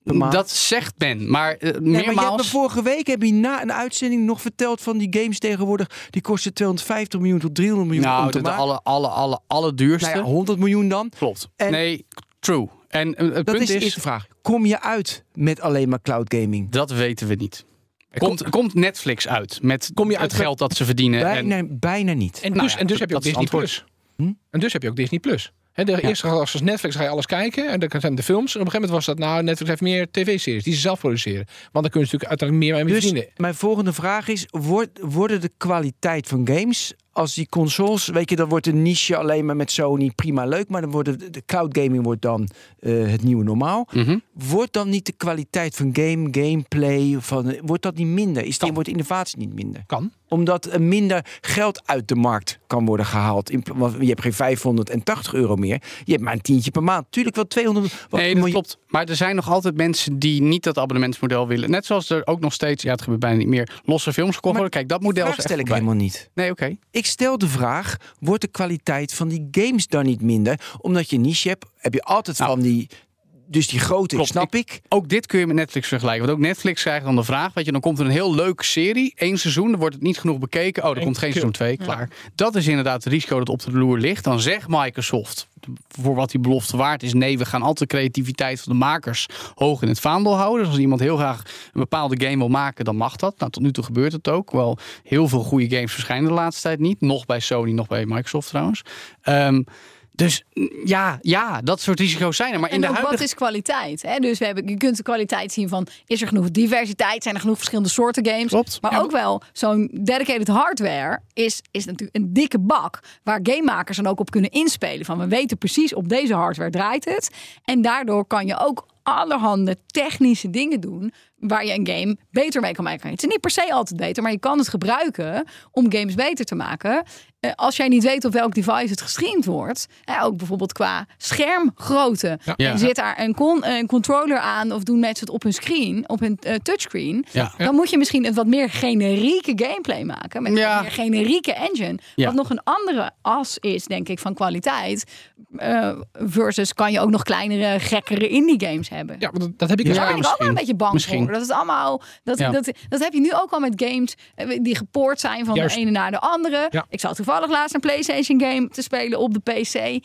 per maand. Dat zegt men, maar uh, Nee, maar je hebt me meermaals... vorige week heb je na een uitzending nog verteld van die games tegenwoordig. Die kosten tweehonderdvijftig miljoen tot driehonderd miljoen om Nou, te de, de maken. alle, alle, alle, alle duurste. Nou ja, honderd miljoen dan. Klopt. En- nee, true. En uh, het Dat punt is de is, eerste vraag. Kom je uit met alleen maar cloud gaming? dat weten we niet. Komt, komt Netflix uit met Kom je het uit met- geld dat ze verdienen? En, Bijna, bijna niet. En Nou dus, ja, en dus dat- heb je ook dat is Disney antwoord. Plus. Hm? En dus heb je ook Disney Plus. He, de eerste als als Netflix ga je alles kijken. En dan zijn de films. En op een gegeven moment was dat, nou, Netflix heeft meer tv-series die ze zelf produceren. Want dan kunnen ze natuurlijk uiteindelijk meer mee Dus verdienen. mijn volgende vraag is, wordt, worden de kwaliteit van games, als die consoles, weet je, dan wordt een niche alleen maar met Sony prima leuk, maar dan wordt de, de cloud gaming wordt dan uh, het nieuwe normaal. mm-hmm. Wordt dan niet de kwaliteit van game, gameplay, van, wordt dat niet minder? Is die, Kan. wordt de innovatie niet minder? Kan. Omdat er minder geld uit de markt kan worden gehaald. In, want je hebt geen vijfhonderdtachtig euro meer. Je hebt maar een tientje per maand. Tuurlijk wel tweehonderd. Wat, Nee, dat miljoen- klopt. Maar er zijn nog altijd mensen die niet dat abonnementsmodel willen. Net zoals er ook nog steeds, ja, het gebeurt bijna niet meer, losse films gekocht Maar worden. Kijk, dat model vraag is echt stel ik voorbij. helemaal niet. Nee, oké. Ik stel de vraag, wordt de kwaliteit van die games dan niet minder? Omdat je een niche hebt, heb je altijd Nou, van die... Dus die grote, klopt. snap ik. Ook dit kun je met Netflix vergelijken. Want ook Netflix krijgt dan de vraag, weet je, dan komt er een heel leuke serie, één seizoen, dan wordt het niet genoeg bekeken. Oh, er Eén komt geen keer. seizoen twee, klaar. Dat is inderdaad het risico dat op de loer ligt. Dan zegt Microsoft, voor wat die belofte waard is, nee, we gaan altijd de creativiteit van de makers hoog in het vaandel houden. Dus als iemand heel graag een bepaalde game wil maken, dan mag dat. Nou, tot nu toe gebeurt het ook. Wel, heel veel goede games verschijnen de laatste tijd niet. Nog bij Sony, nog bij Microsoft trouwens. Um, Dus ja, ja, dat soort risico's zijn er. Maar in En de ook huidige... wat is kwaliteit? Hè? Dus we hebben, je kunt de kwaliteit zien van, is er genoeg diversiteit? Zijn er genoeg verschillende soorten games? Klopt. Maar Ja, ook wel, zo'n dedicated hardware is, is natuurlijk een dikke bak waar gamemakers dan ook op kunnen inspelen. Van, we weten precies, op deze hardware draait het. En daardoor kan je ook allerhande technische dingen doen waar je een game beter mee kan maken. Het is niet per se altijd beter, maar je kan het gebruiken om games beter te maken. Uh, als jij niet weet op welk device het gestreamd wordt, hè, ook bijvoorbeeld qua schermgrootte, Ja. Ja. zit daar een, con- een controller aan of doen mensen het op hun screen, op hun uh, touchscreen, Ja. dan moet je misschien een wat meer generieke gameplay maken met Ja. een meer generieke engine, Ja. wat nog een andere as is, denk ik, van kwaliteit. Uh, versus kan je ook nog kleinere, gekkere indie games hebben. Ja, maar dat, dat heb ik Daar dus ben ik ook wel misschien. een beetje bang Misschien. voor. Dat is allemaal. Dat, Ja. dat, dat heb je nu ook al met games eh, die gepoord zijn van Juist. de ene naar de andere. Ja. Ik zat toevallig laatst een PlayStation game te spelen op de P C. Eh,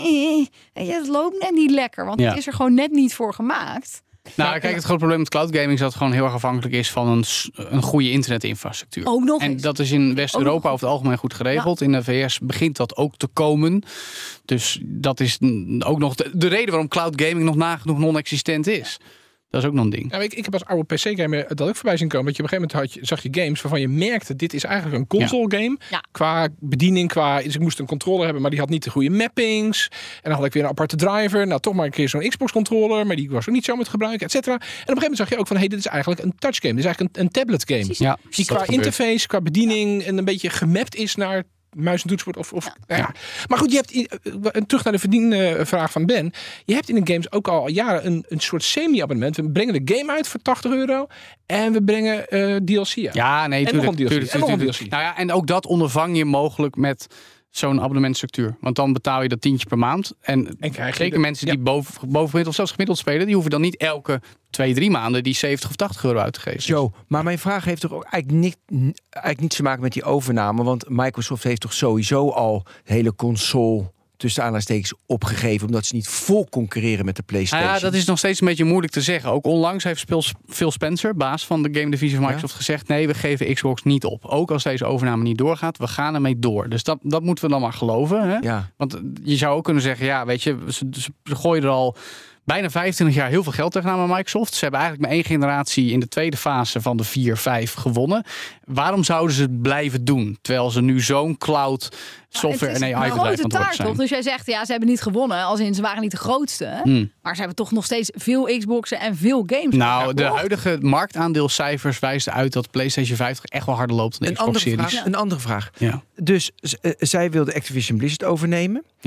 het loopt net niet lekker, want Ja. het is er gewoon net niet voor gemaakt. Nou, kijk, het grote probleem met cloud gaming is dat het gewoon heel erg afhankelijk is van een, s- een goede internetinfrastructuur. Ook nog En eens. dat is in West-Europa Ook nog over het algemeen goed geregeld. In de V S begint dat ook te komen. Dus dat is n- ook nog de, de reden waarom cloud gaming nog nagenoeg non-existent is. Dat is ook nog een ding. Ja, ik, ik heb als oude P C-gamer dat ook voorbij zien komen. Dat je op een gegeven moment had je, zag je games waarvan je merkte, dit is eigenlijk een console-game. Ja. Qua bediening, qua... Dus ik moest een controller hebben, maar die had niet de goede mappings. En dan had ik weer een aparte driver. Nou, toch maar een keer zo'n Xbox-controller, maar die was ook niet zo met gebruiken, et cetera. En op een gegeven moment zag je ook van, hey, dit is eigenlijk een touch-game. Dit is eigenlijk een, een tablet-game. Precies. Ja, Die dat qua gebeurt. interface, qua bediening en een beetje gemapt is naar muis en toetsenbord. Of, of, ja. Ja. Maar goed, je hebt in, uh, terug naar de verdienvraag van Ben. Je hebt in de games ook al jaren een, een soort semi-abonnement. We brengen de game uit voor tachtig euro en we brengen uh, D L C uit. Ja, nee, En tuurlijk, nog een D L C. tuurlijk, En nog een tuurlijk. D L C. Nou ja, en ook dat ondervang je mogelijk met zo'n abonnementstructuur. Want dan betaal je dat tientje per maand. En, En krijg je zeker de- mensen die ja. boven, bovengemiddeld of zelfs gemiddeld spelen, die hoeven dan niet elke twee, drie maanden die zeventig of tachtig euro uit te geven. Joe, maar mijn vraag heeft toch ook eigenlijk, niet, eigenlijk niets te maken met die overname. Want Microsoft heeft toch sowieso al de hele console tussen aanhalingstekens opgegeven, omdat ze niet vol concurreren met de PlayStation. Ja, dat is nog steeds een beetje moeilijk te zeggen. Ook onlangs heeft Phil Spencer, baas van de game divisie van Microsoft, ja? gezegd, nee, we geven Xbox niet op. Ook als deze overname niet doorgaat, we gaan ermee door. Dus dat, dat moeten we dan maar geloven. Hè? Ja. Want je zou ook kunnen zeggen, ja, weet je, ze, ze gooien er al bijna vijfentwintig jaar heel veel geld tegenaan met Microsoft. Ze hebben eigenlijk maar één generatie in de tweede fase van de vier, vijf gewonnen. Waarom zouden ze het blijven doen? Terwijl ze nu zo'n cloud software en A I bedrijf aan het worden zijn. Toch? Dus jij zegt, ja, ze hebben niet gewonnen, als in ze waren niet de grootste. Hmm. Maar ze hebben toch nog steeds veel Xboxen en veel games. Nou, Ja, de toch? huidige marktaandeelcijfers wijzen uit dat PlayStation vijftig echt wel harder loopt dan de Een andere, Xbox-series. vraag, een andere vraag. Ja. Dus uh, zij wilde Activision Blizzard overnemen. Ja.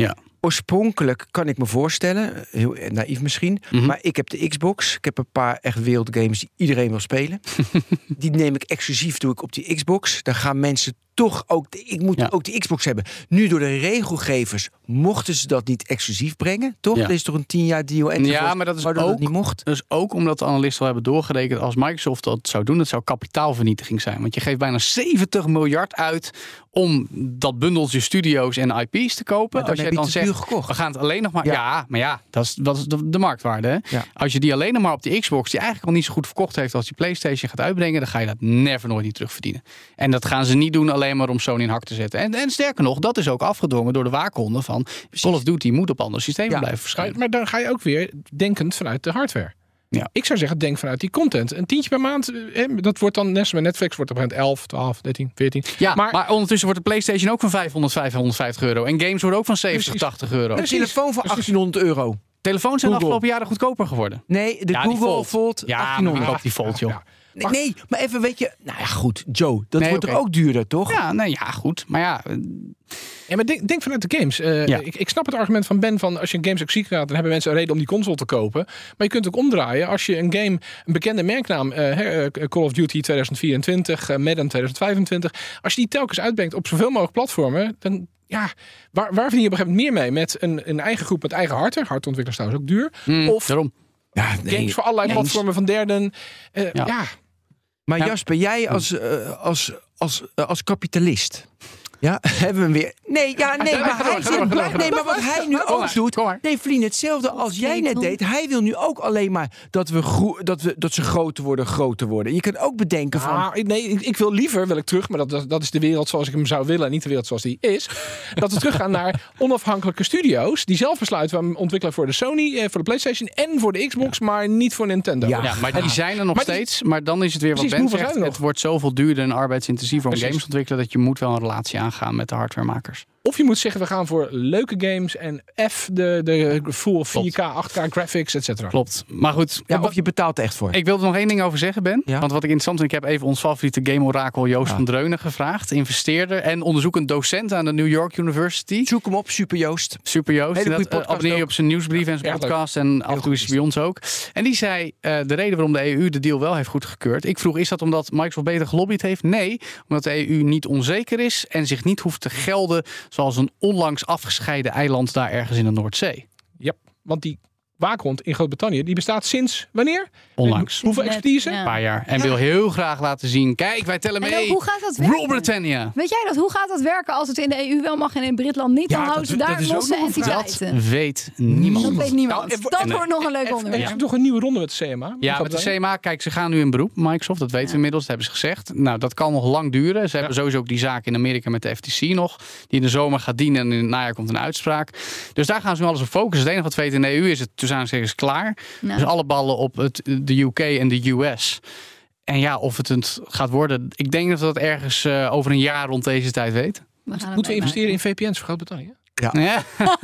oorspronkelijk kan ik me voorstellen, heel naïef misschien, Mhm. maar ik heb de Xbox. Ik heb een paar echt wereldgames die iedereen wil spelen. Die neem ik exclusief, doe ik op die Xbox. Dan gaan mensen toch ook, de, ik moet Ja. ook die Xbox hebben. Nu door de regelgevers mochten ze dat niet exclusief brengen, toch? Ja. Er is toch een tien jaar deal en Ja, maar dat is waardoor ook- dat niet mocht. Dus ook omdat de analisten al hebben doorgerekend, als Microsoft dat zou doen, dat zou kapitaalvernietiging zijn. Want je geeft bijna zeventig miljard uit om dat bundeltje studio's en I P's te kopen. Maar dan Als heb jij je dan te duur zegt, gekocht. we gaan het alleen nog maar... Ja, Ja. maar ja, dat is, dat is de, de marktwaarde. Hè? Ja. Als je die alleen nog maar op die Xbox, die eigenlijk al niet zo goed verkocht heeft als die PlayStation gaat uitbrengen, dan ga je dat never nooit niet terugverdienen. En dat gaan ze niet doen alleen maar om Sony in hak te zetten. En, en sterker nog, dat is ook afgedwongen door de waakhonden van Call of Duty moet op andere systemen Ja. blijven Maar, verschijnen. maar dan ga je ook weer denkend vanuit de hardware. Ja. Ik zou zeggen, denk vanuit die content. Een tientje per maand, eh, dat wordt dan net als met Netflix, wordt op een gegeven moment elf, twaalf, dertien, veertien. Ja, maar, maar- ondertussen wordt de PlayStation ook van vijfhonderd, vijfhonderdvijftig euro. En games worden ook van zeventig, Precies. tachtig euro. Een Precies, telefoon voor precies. achttienhonderd euro. Telefoons zijn de Google. afgelopen jaren goedkoper geworden. Nee, de Ja, die Google Fold. Fold, Ja, maar achttienhonderd. wie koopt die Fold, joh? Ja. Nee, nee, maar even weet je... Nou ja, goed, Joe, dat Nee, wordt oké. toch ook duurder, toch? Ja, nee, ja, goed. Maar ja, eh, Ja, maar denk, denk vanuit de games. Eh, Ja. ik, ik snap het argument van Ben van als je een game succes gaat, dan hebben mensen een reden om die console te kopen. Maar je kunt ook omdraaien. Als je een game, een bekende merknaam, eh, hè, eh, Call of Duty tweeduizend vierentwintig, eh, Madden tweeduizend vijfentwintig. Als je die telkens uitbrengt op zoveel mogelijk platformen, dan ja, waar, waar verdien je op een gegeven moment meer mee? Met een, een eigen groep met eigen hardware. Hardontwikkelaars trouwens ook duur. mm, Of daarom. Ja, nee. games voor allerlei Eens. platformen van derden. Eh, Ja. ja. Maar Ja. Jasper, jij als, eh, als, als, eh, als kapitalist... Ja, hebben we hem weer. Nee, ja, nee, Ga maar door, hij ga zit door, blij- ga door. Nee, maar wat hij nu Kom ook maar, doet. kom maar. Nee, Vlien, hetzelfde als jij net deed. Hij wil nu ook alleen maar dat, we gro- dat, we, dat ze groter worden, groter worden. Je kunt ook bedenken van. Ah, nee, ik, ik wil liever, wil ik terug, maar dat, dat, dat is de wereld zoals ik hem zou willen en niet de wereld zoals die is. Dat we teruggaan naar onafhankelijke studio's die zelf besluiten, we ontwikkelen voor de Sony, eh, voor de PlayStation en voor de Xbox, maar niet voor Nintendo. Ja. Ja, maar die zijn er nog Maar die- steeds. Maar dan is het weer wat Precies, Ben hoeveel zegt. zijn er nog? Het wordt zoveel duurder en arbeidsintensiever om Precies. games te ontwikkelen dat je moet wel een relatie aangaan met de hardwaremakers. Of je moet zeggen, we gaan voor leuke games en F, de, de full vier K, acht K graphics, et cetera. Klopt. Maar goed, Ja, of je betaalt er echt voor. ik wil er nog één ding over zeggen, Ben. Ja? Want wat ik interessant vind, ik heb even ons favoriete game-orakel Joost Ja. van Dreunen gevraagd. Investeerder en onderzoekend docent aan de New York University. Zoek hem op, Super Joost. Super Joost. Hele En goede dat, eh, podcast abonneer je ook. op zijn nieuwsbrief en zijn Ja, podcast. En af en toe is hij bij ons ook. En die zei, eh, de reden waarom de E U de deal wel heeft goedgekeurd. Ik vroeg, is dat omdat Microsoft beter gelobbyd heeft? Nee, omdat de E U niet onzeker is en zich niet hoeft te gelden zoals een onlangs afgescheiden eiland daar ergens in de Noordzee. Ja, want die waakhond in Groot-Brittannië, die bestaat sinds wanneer? Onlangs. Hoeveel Net, expertise? ja. Een paar jaar. En wil heel graag laten zien, kijk, wij tellen En mee. ook, hoe gaat dat werken? Rule Britannia. Weet jij dat? Hoe gaat dat werken als het in de E U wel mag en in Britland niet? Dan Ja, houden dat- ze daar dat is ook losse nog een vraag. entiteiten. Dat weet niemand. Dat weet niemand. Nou, en- dat en- wordt nog een leuk Er is onderwerp. toch een nieuwe ronde met de C M A? Ja, met de C M A, kijk, ze gaan nu in beroep, Microsoft. Dat weten we inmiddels, dat hebben ze gezegd. Nou, dat kan nog lang duren. Ze hebben sowieso ook die zaak in Amerika met de F T C nog. Die in de zomer gaat dienen en in het najaar komt een uitspraak. Dus daar gaan ze nu alles op focussen. Het enige wat we weten in de E U is het tussen aanstekens klaar. Nou. Dus alle ballen op het, de U K en de U S. En ja, of het het gaat worden. Ik denk dat we dat ergens uh, over een jaar rond deze tijd weten. We gaan het Moeten we investeren in meemaken. V P N's voor Groot-Brittannië? Ja.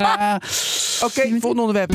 Oké, volgende onderwerp.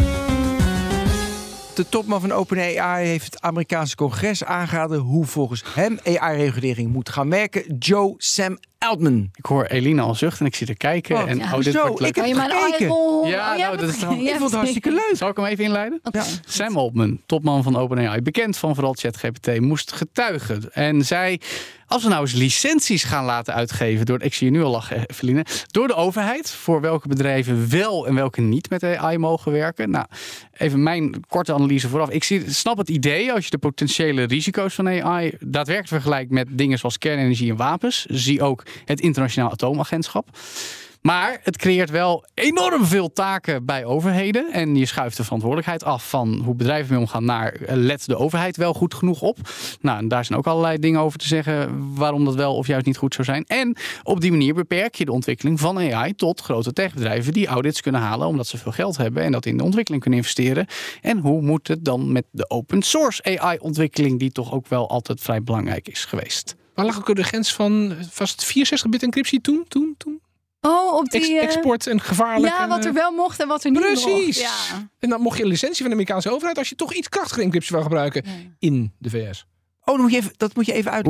De topman van OpenAI heeft het Amerikaanse congres aangeraden hoe volgens hem A I-regulering moet gaan werken. Joe Sam Altman. Ik hoor Elina al zuchten en ik zit te kijken. Oh, en ja. oh, dit Zo, wordt leuk. ik heb Oh, je maar gekeken. oh, Ja, oh, jij nou, hebt dat is gekeken. dan- Jij Ik vond het hebt hartstikke gekeken. leuk. Zal ik hem even inleiden? Oké. Ja. Sam Altman, topman van OpenAI, bekend van vooral ChatGPT, moest getuigen. En zei, als we nou eens licenties gaan laten uitgeven, door, ik zie je nu al lachen, Eveline, door de overheid, voor welke bedrijven wel en welke niet met A I mogen werken. Nou, even mijn korte analyse vooraf. Ik zie, snap het idee als je de potentiële risico's van A I daadwerkelijk vergelijkt met dingen zoals kernenergie en wapens. Zie ook het internationaal atoomagentschap. Maar het creëert wel enorm veel taken bij overheden. En je schuift de verantwoordelijkheid af van hoe bedrijven mee omgaan naar eh, let de overheid wel goed genoeg op. Nou, en daar zijn ook allerlei dingen over te zeggen waarom dat wel of juist niet goed zou zijn. En op die manier beperk je de ontwikkeling van A I tot grote techbedrijven die audits kunnen halen omdat ze veel geld hebben en dat in de ontwikkeling kunnen investeren. En hoe moet het dan met de open source A I-ontwikkeling die toch ook wel altijd vrij belangrijk is geweest? Waar lag ook de grens van, was het vierenzestig bit encryptie toen? Toen? Toen? Oh, op die... Ex- eh, export en gevaarlijk. ja, en, wat er eh, wel mocht en wat er niet Precies. mocht. Ja. En dan mocht je een licentie van de Amerikaanse overheid als je toch iets krachtiger encryptie wil gebruiken Ja. in de V S. Oh, dan moet je even, dat moet je even uitleggen.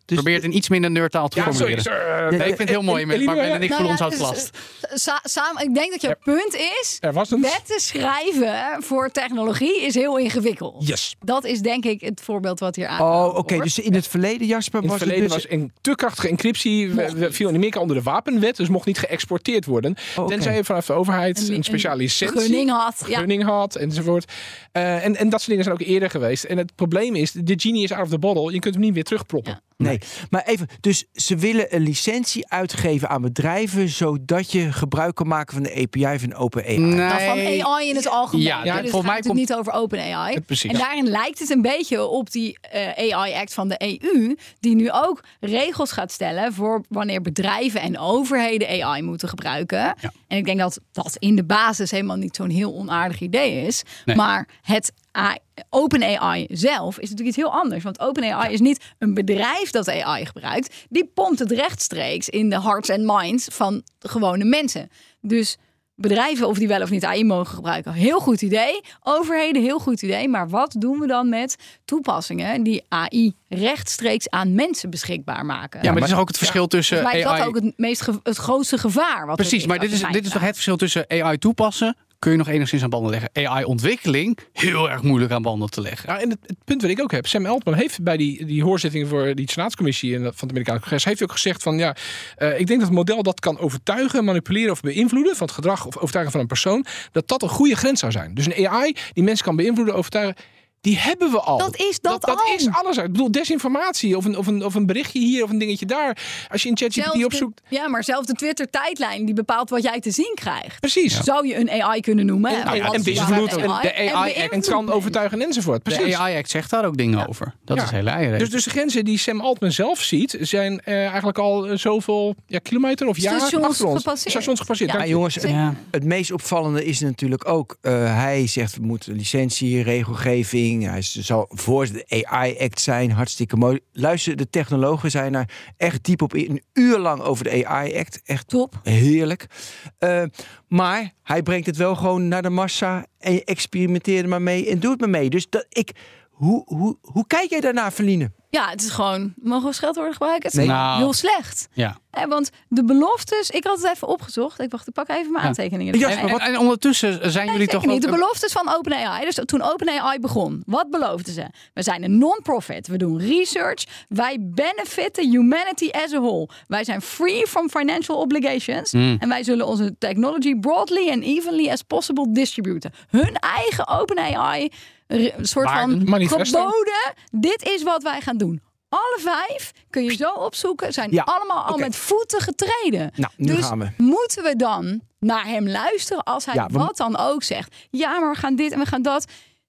Dus Probeer het in iets minder nerdtaal te Ja, sorry, formuleren. sorry, uh, Nee, ik vind het heel mooi, met Eline, Mark en ik Nou voor ja, ons houdt dus, last. sa- samen, ik denk dat jouw punt is... Er was een... wetten schrijven voor technologie is heel ingewikkeld. Yes. Dat is denk ik het voorbeeld wat hier aan. Oh, oké. Okay. Dus in het verleden, Jasper, In het was verleden het dus... was een te krachtige encryptie, we, we viel in Amerika onder de wapenwet, dus mocht niet geëxporteerd worden. Oh, okay. Tenzij je vanaf de overheid een, een speciale licentie, gunning had. Ja. gunning had enzovoort. Uh, en, en dat soort dingen zijn ook eerder geweest. En het probleem is, de genie is out of the bottle. Je kunt hem niet weer terugproppen. Ja. Nee, maar even, dus ze willen een licentie uitgeven aan bedrijven, zodat je gebruik kan maken van de A P I van OpenAI. Nee. Nou, van A I in het algemeen. Ja, Ja, ja, dus volgens mij het gaat komt- het niet over OpenAI. Ja, precies. En daarin lijkt het een beetje op die uh, A I-act van de E U, die nu ook regels gaat stellen voor wanneer bedrijven en overheden A I moeten gebruiken. Ja. En ik denk dat dat in de basis helemaal niet zo'n heel onaardig idee is. Nee. Maar het A- OpenAI zelf is natuurlijk iets heel anders. Want OpenAI is niet een bedrijf dat A I gebruikt. Die pompt het rechtstreeks in de hearts en minds van de gewone mensen. Dus bedrijven, of die wel of niet A I mogen gebruiken, heel goed idee. Overheden, heel goed idee. Maar wat doen we dan met toepassingen die A I rechtstreeks aan mensen beschikbaar maken? Ja, maar dit is ook het verschil tussen Volgens mij is A I... dat ook het, meest ge- het grootste gevaar. Wat Precies, er maar dit is, als dit is toch mij het verschil tussen A I toepassen, kun je nog enigszins aan banden leggen. A I-ontwikkeling, heel erg moeilijk aan banden te leggen. Nou, en het, het punt wat ik ook heb, Sam Altman heeft bij die, die hoorzittingen voor die Senaatscommissie en van het Amerikaanse congres, heeft hij ook gezegd van ja, uh, ik denk dat het model dat kan overtuigen, manipuleren of beïnvloeden van het gedrag of overtuigen van een persoon, dat dat een goede grens zou zijn. Dus een A I die mensen kan beïnvloeden, overtuigen, die hebben we al. Dat is dat, dat, al. dat is alles uit. Ik bedoel, desinformatie of een, of, een, of een berichtje hier of een dingetje daar. Als je in ChatGPT Zelfs de- opzoekt. Ja, maar zelfs de Twitter-tijdlijn die bepaalt wat jij te zien krijgt. Precies. Ja. Zou je een A I kunnen noemen? hè? Nou ja, Wat en is beïnvloedt een en de A I En Act en beïnvloedt kan mensen. overtuigen enzovoort. Precies. De A I-act zegt daar ook dingen over. Dat Ja. is hele eieren. Dus, dus de grenzen die Sam Altman zelf ziet, zijn uh, eigenlijk al uh, zoveel ja, kilometer of jaar Stations achter ons. gepasseerd. Stations gepasseerd. Ja, Dank Maar je. jongens, Zeker. ja. het meest opvallende is natuurlijk ook, uh, hij zegt we moeten licentie, regelgeving, hij zal voor de A I-act zijn, hartstikke mooi. Luister, de technologen zijn er echt diep op in, een uur lang over de A I-act, echt Top. heerlijk. Uh, maar hij brengt het wel gewoon naar de massa en je experimenteert er maar mee en doet het maar mee. Dus dat ik, hoe, hoe, hoe kijk jij daarnaar, Feline? Ja, het is gewoon, mogen we scheldwoorden gebruiken? Het is Nee. gewoon Nou. heel slecht. Ja. Eh, want de beloftes, ik had het even opgezocht. Ik wacht, ik pak even mijn Ja. aantekeningen. Ja, erbij. maar En, en ondertussen zijn Nee, jullie zeker toch niet. ook... De beloftes van OpenAI. Dus toen OpenAI begon, wat beloofden ze? We zijn een non-profit. We doen research. Wij benefitten humanity as a whole. Wij zijn free from financial obligations. Mm. En wij zullen onze technology broadly and evenly as possible distributen. Hun eigen OpenAI re- soort Waarden. van Manifesto. geboden. Dit is wat wij gaan doen. Alle vijf kun je zo opzoeken. Zijn Ja, allemaal al oké. met voeten getreden. Nou, nu dus gaan we. moeten we dan naar hem luisteren als hij Ja, we- wat dan ook zegt? Ja, maar we gaan dit en we gaan dat.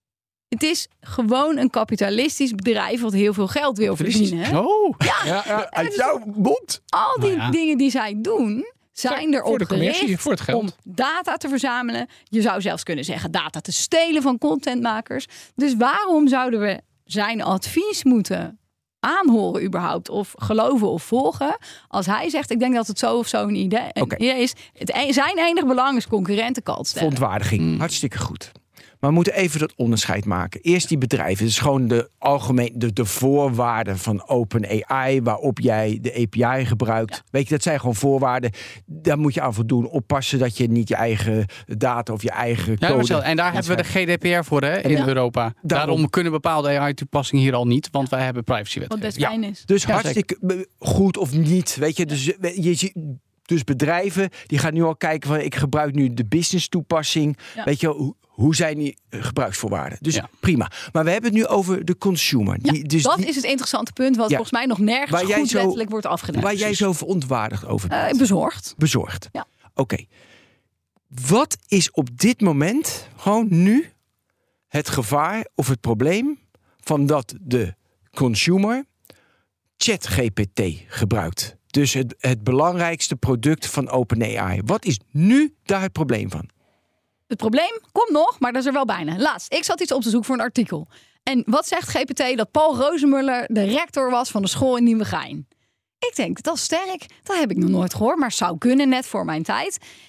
Het is gewoon een kapitalistisch bedrijf wat heel veel geld wil verdienen. hè? Oh, Ja, ja. Uit jouw mond? Al die Nou ja. dingen die zij doen, zijn Voor erop de commercie, gericht voor het geld. om data te verzamelen. Je zou zelfs kunnen zeggen data te stelen van contentmakers. Dus waarom zouden we zijn advies moeten aanhoren überhaupt of geloven of volgen als hij zegt ik denk dat het zo of zo een idee, een Oké. idee is. Het, e- zijn enige belang is concurrenten kalt stellen. Verontwaardiging. Hartstikke goed. Maar we moeten even dat onderscheid maken. Eerst die bedrijven. Het is gewoon de algemeen de, de voorwaarden van OpenAI waarop jij de A P I gebruikt. Ja. Weet je, dat zijn gewoon voorwaarden. Daar moet je aan voldoen. Oppassen dat je niet je eigen data of je eigen ja, code... Marcel, en daar hebben we de G D P R voor hè, in Ja. Europa. Daarom. Daarom. kunnen bepaalde A I-toepassingen hier al niet, want wij hebben Wat privacywetgeving. best fijn is. Dus Ja, hartstikke eh, goed of niet. Weet je, dus, eh, je ziet... Dus bedrijven, die gaan nu al kijken van ik gebruik nu de business toepassing. Ja. Weet je, hoe, hoe zijn die eh, gebruiksvoorwaarden? Dus Ja. prima. Maar we hebben het nu over de consumer. Ja, Die, dus dat die, is het interessante punt wat Ja. volgens mij nog nergens Waar jij goed zo- wettelijk wordt afgedaan. waar jij zo verontwaardigd over Eh, bent. bezorgd. Bezorgd. Ja. Oké. Wat is op dit moment, gewoon nu, het gevaar of het probleem van dat de consumer ChatGPT gebruikt? Dus het, het belangrijkste product van OpenAI. Wat is nu daar het probleem van? Het probleem komt nog, maar dat is er wel bijna. Laatst, ik zat iets op te zoeken voor een artikel. En wat zegt G P T? Dat Paul Rozemuller de rector was van de school in Nieuwegein. Ik denk, dat is sterk. Dat heb ik nog nooit gehoord, maar zou kunnen net voor mijn tijd.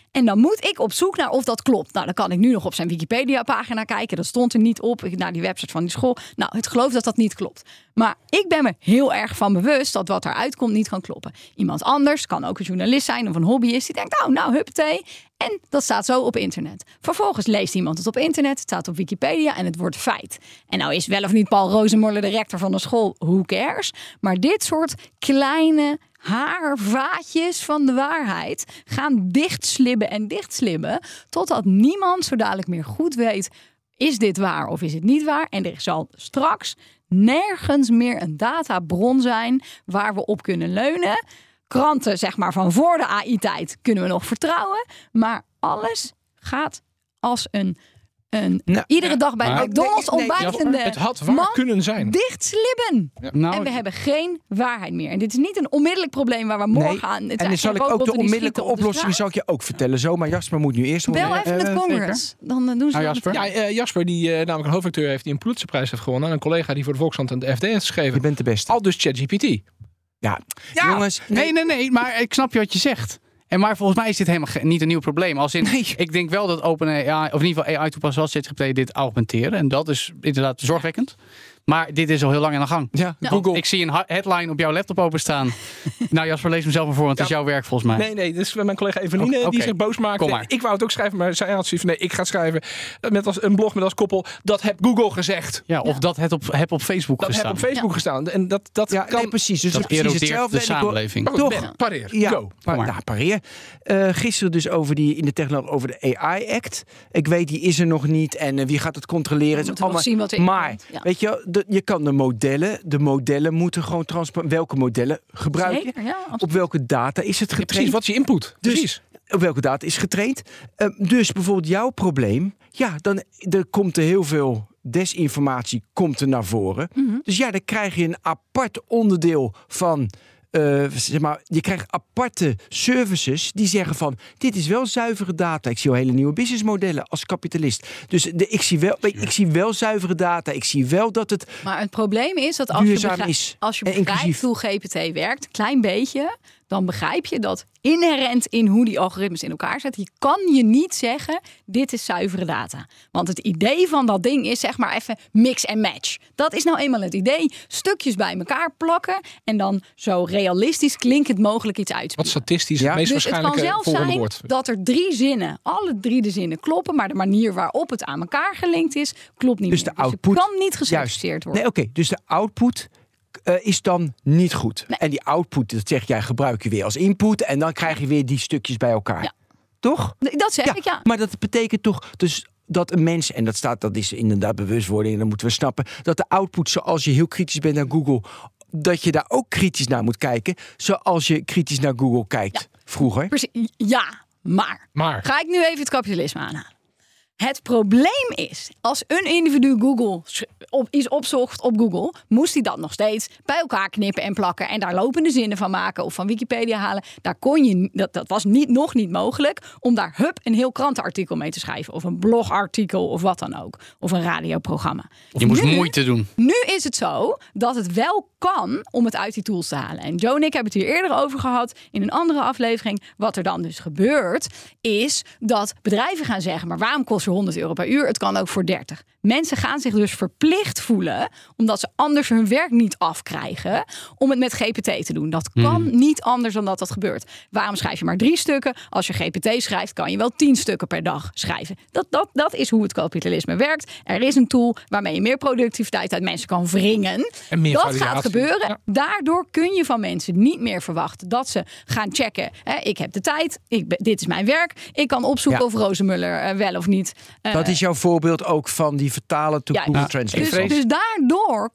En dan moet ik op zoek naar of dat klopt. Nou, dan kan ik nu nog op zijn Wikipedia-pagina kijken. Dat stond er niet op. Ik naar die website van die school. Nou, het geloof dat dat niet klopt. Maar ik ben me heel erg van bewust dat wat eruit komt niet kan kloppen. Iemand anders, kan ook een journalist zijn of een hobbyist, die denkt, nou, nou, huppatee. En dat staat zo op internet. Vervolgens leest iemand het op internet, het staat op Wikipedia en het wordt feit. En nou is wel of niet Paul Rozenmoller de rector van de school, who cares? Maar dit soort kleine haarvaatjes van de waarheid gaan dichtslibben en dichtslibben, totdat niemand zo dadelijk meer goed weet, is dit waar of is het niet waar? En er zal straks nergens meer een databron zijn waar we op kunnen leunen. Kranten, zeg maar, van voor de A I-tijd kunnen we nog vertrouwen. Maar alles gaat als een, een Nou, iedere dag bij maar- McDonald's Nee, nee, ontbijtende Het had waar man kunnen zijn. dichtslibben. Nou, En we hebben geen waarheid meer. En dit is niet een onmiddellijk probleem waar we morgen aan... Het En zijn dan zal geen ik ook robotten de die onmiddellijke schieten op de oplossing zal straat. ik je ook vertellen. Zo, maar Jasper moet nu eerst... Bel Eh, even het eh, Congress. Dan eh, doen ze Nou, dat Jasper? meteen. Ja, eh, Jasper, die uh, namelijk een hoofdacteur heeft die een Pulitzerprijs heeft gewonnen. En een collega die voor de Volkskrant en de F D heeft Je geschreven. bent de beste. Al dus ChatGPT. Ja, Ja. jongens. Nee, nee, nee, maar ik snap je wat je zegt. En maar volgens mij is dit helemaal ge- niet een nieuw probleem. Als in, Nee. Ik denk wel dat OpenAI, of in ieder geval A I-toepassers als ChatGPT dit augmenteren. En dat is inderdaad zorgwekkend. Maar dit is al heel lang in de gang. Ja, Ja. Google. Ik zie een ha- headline op jouw laptop openstaan. Nou Jasper, lees hem zelf maar voor, want het is jouw werk volgens mij. Nee, nee, dus mijn collega Eveline Oké, die oké. zich boos maakte. Kom maar. Ik wou het ook schrijven, maar zij had zoiets van nee, ik ga het schrijven. Met als, een blog met als koppel, dat heb Google gezegd. Ja, of dat het op, heb op Facebook Dat heb gestaan. op Facebook gestaan. En dat, dat Ja, kan... nee, precies. Dus Dat het is precies erodeert hetzelfde. de En ik hoor- samenleving. Maar goed, Toch? Ben, pareer. Ja, Go. pa- maar. nou, pareer. Uh, gisteren dus over die in de technologie over de A I-act. Ik weet, die is er nog niet. En uh, wie gaat het controleren? We Het is moeten nog allemaal- zien wat erin maar, komt. Ja. weet je, de, je kan de modellen, de modellen moeten gewoon transparant. Welke modellen gebruik je? Zeker, ja, absoluut. Op welke data is het Ja, getraind? precies, wat is je input? Dus- Precies. Op welke data is getraind? Uh, dus bijvoorbeeld jouw probleem. Ja, dan er komt er heel veel desinformatie komt er naar voren. Mhm. Dus ja, dan krijg je een apart onderdeel van... Uh, zeg maar, je krijgt aparte services die zeggen van... dit is wel zuivere data. Ik zie al hele nieuwe businessmodellen als kapitalist. Dus de, ik, zie wel, ik zie wel zuivere data. Ik zie wel dat het... Maar het probleem is dat als je, Duurzaam begrijpt, is als je en begrijpt inclusief. hoe G P T werkt, een klein beetje, dan begrijp je dat inherent in hoe die algoritmes in elkaar zitten. Je kan je niet zeggen, dit is zuivere data. Want het idee van dat ding is zeg maar even mix en match. Dat is nou eenmaal het idee. Stukjes bij elkaar plakken en dan zo realistisch klinkend mogelijk iets Wat uitspreken. statistisch Ja. het meest Dus het kan waarschijnlijke zelfs volgende zijn woord. dat er drie zinnen, alle drie de zinnen kloppen, maar de manier waarop het aan elkaar gelinkt is, klopt niet Dus meer. de output- Dus het kan niet Juist. gecertificeerd worden. Nee, oké. Dus de output uh, is dan niet goed. Nee. En die output, dat zeg jij, gebruik je weer als input. En dan krijg je weer die stukjes bij elkaar. Ja. Toch? Dat zeg ik, ja. Maar dat betekent toch dus dat een mens, en dat staat, dat is inderdaad bewustwording, en dan moeten we snappen, dat de output, zoals je heel kritisch bent naar Google, dat je daar ook kritisch naar moet kijken, zoals je kritisch naar Google kijkt vroeger. Precies. Ja, maar. Maar. Ga ik nu even het kapitalisme aanhalen. Het probleem is, als een individu Google sch- op, iets opzocht op Google, moest hij dat nog steeds bij elkaar knippen en plakken en daar lopende zinnen van maken of van Wikipedia halen. Daar kon je, dat, dat was niet, nog niet mogelijk om daar hup een heel krantenartikel mee te schrijven of een blogartikel of wat dan ook. Of een radioprogramma. Je moest Nu- moeite doen. Nu is het zo dat het wel kan om het uit die tools te halen. En Joe en ik hebben het hier eerder over gehad in een andere aflevering. Wat er dan dus gebeurt, is dat bedrijven gaan zeggen, maar waarom kost het honderd euro per uur? Het kan ook voor dertig. Mensen gaan zich dus verplicht voelen, omdat ze anders hun werk niet afkrijgen, om het met G P T te doen. Dat kan niet anders dan dat dat gebeurt. Waarom schrijf je maar drie stukken? Als je G P T schrijft, kan je wel tien stukken per dag schrijven. Dat, dat, dat is hoe het kapitalisme werkt. Er is een tool waarmee je meer productiviteit uit mensen kan wringen. En meer dat variatie. gaat gebeuren. Ja. Daardoor kun je van mensen niet meer verwachten dat ze gaan checken. Hè, ik heb de tijd, ik ben, dit is mijn werk. Ik kan opzoeken Ja. of Rozenmuller uh, wel of niet. Uh, Dat is jouw voorbeeld ook van die vertalen to ja, Google ja, Translate. ik dus, vrees- dus daardoor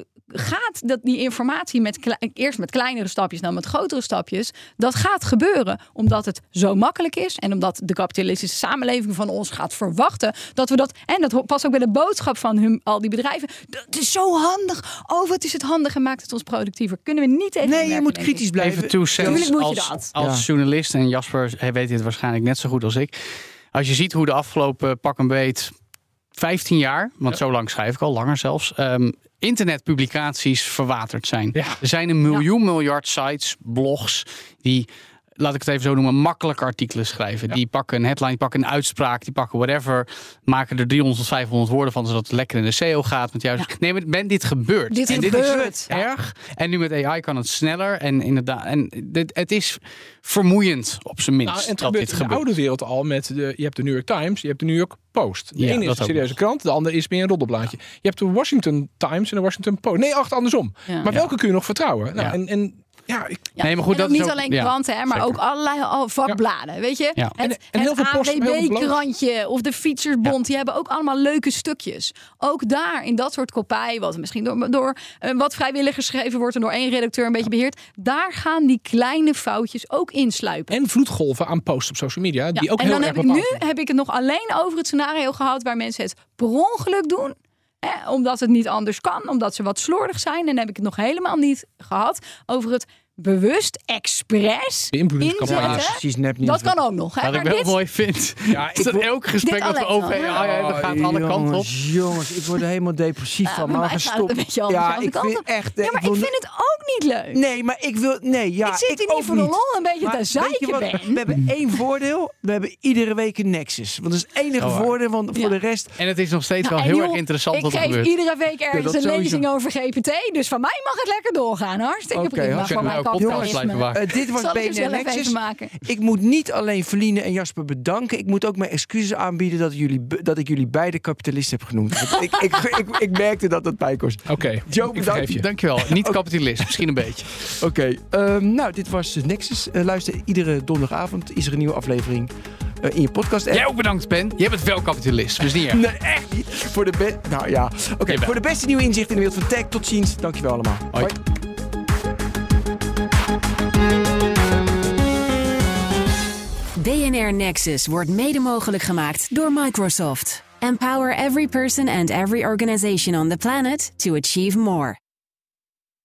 gaat dat die informatie met kle- eerst met kleinere stapjes, dan met grotere stapjes. Dat gaat gebeuren omdat het zo makkelijk is en omdat de kapitalistische samenleving van ons gaat verwachten dat we dat. En dat past ook bij de boodschap van hun, al die bedrijven. Het is zo handig. Oh, wat is het handig en maakt het ons productiever. Kunnen we niet tegen Nee, je werken, moet denk ik. kritisch blijven. Even two cents Tuurlijk moet je als, dat. als Ja. journalist. En Jasper hij weet dit waarschijnlijk net zo goed als ik. Als je ziet hoe de afgelopen pak een beet vijftien jaar, want zo lang schrijf ik al, langer zelfs, um, internetpublicaties verwaterd zijn. Ja. Er zijn een miljoen miljard sites, blogs, die laat ik het even zo noemen, makkelijke artikelen schrijven. Ja. Die pakken een headline, die pakken een uitspraak, die pakken whatever. Maken er driehonderd tot vijfhonderd woorden van, zodat het lekker in de S E O gaat. Met juist, ja. Nee, maar Ben, dit gebeurt. Dit en gebeurt. Dit is erg. En nu met A I kan het sneller. En inderdaad, en dit, het is vermoeiend op zijn minst. Nou, en het dat gebeurt dit in de gebeurt. oude wereld al met de, je hebt de New York Times, je hebt de New York Post. De Ja, ene is dat een ook serieuze nog. krant, de andere is meer een roddelblaadje. Je hebt de Washington Times en de Washington Post. Nee, acht andersom. Ja. Maar Ja. welke kun je nog vertrouwen? Nou, Ja. en, en ja, ik, Ja. Nee, maar goed, en ook dat is niet ook- alleen ja, kranten, hè, maar zeker. ook allerlei al vakbladen. Weet je? Ja. Het, En- en heel het veel post, heel veel blogs. A W B-krantje of de Fietsersbond, die hebben ook allemaal leuke stukjes. Ook daar, in dat soort kopij, wat misschien door, door uh, wat vrijwilligers geschreven wordt en door één redacteur een beetje beheerd. Daar gaan die kleine foutjes ook insluipen. en vloedgolven aan posts op social media, die Ja, ook en heel dan erg heb ik nu bepaald zijn. heb ik het nog alleen over het scenario gehad waar mensen het per ongeluk doen. Hè, omdat het niet anders kan, omdat ze wat slordig zijn. En dan heb ik het nog helemaal niet gehad over het bewust, expres Beïnvloedingscampagne. inzetten. Ja, precies, nep niet. Dat kan ook nog. Hè? Wat ik Maar wel dit, mooi vind, Ja, is dat ik- elk gesprek dit dat we alleen over al. A I hebben, gaat alle kanten op. Jongens, jongens, ik word er helemaal depressief Ja, van. bij Maar mij we gaat het een stoppen. beetje anders Ja, dan de ik kant vind op. echt... ja, maar ik wil- vind het ook niet leuk. Nee, maar ik wil... Nee, ja, ik zit hier ook niet voor de lol een beetje Maar te weet je zeiken, wat? Ben. We hebben één voordeel. We hebben iedere week een Nexus. Want dat is het enige Oh, waar. voordeel, want voor Ja. de rest... En het is nog steeds Nou, wel en heel joh, erg interessant ik wat er geef gebeurt. iedere week ergens dat een sowieso. lezing over G P T. Dus van mij mag het lekker doorgaan. Hartstikke Oké, prima. hartstikke Voor wij mijn ook podcast kapitalisme. blijven maken. Uh, dit was Zal ik B er N R zelf even Nexus. maken? Ik moet niet alleen Feline en Jasper bedanken. Ik moet ook mijn excuses aanbieden dat, jullie, be- dat ik jullie beide kapitalisten heb genoemd. Want ik, ik, ik, ik merkte dat dat bij kost. Oké, Joe, ik bedankt. vergeef je. Dankjewel. Niet kapitalist, misschien een beetje. Oké, ehm, nou, dit was Nexus. Uh, luister, iedere donderdagavond is er een nieuwe aflevering uh, in je podcast. Jij ook bedankt, Ben. Jij bent wel kapitalist, dus niet erg. Nee, echt niet. Voor de, be- nou, ja. Oké, Jawel. voor de beste nieuwe inzichten in de wereld van tech. Tot ziens. Dankjewel allemaal. Hoi. B N R Nexus wordt mede mogelijk gemaakt door Microsoft. Empower every person and every organization on the planet to achieve more.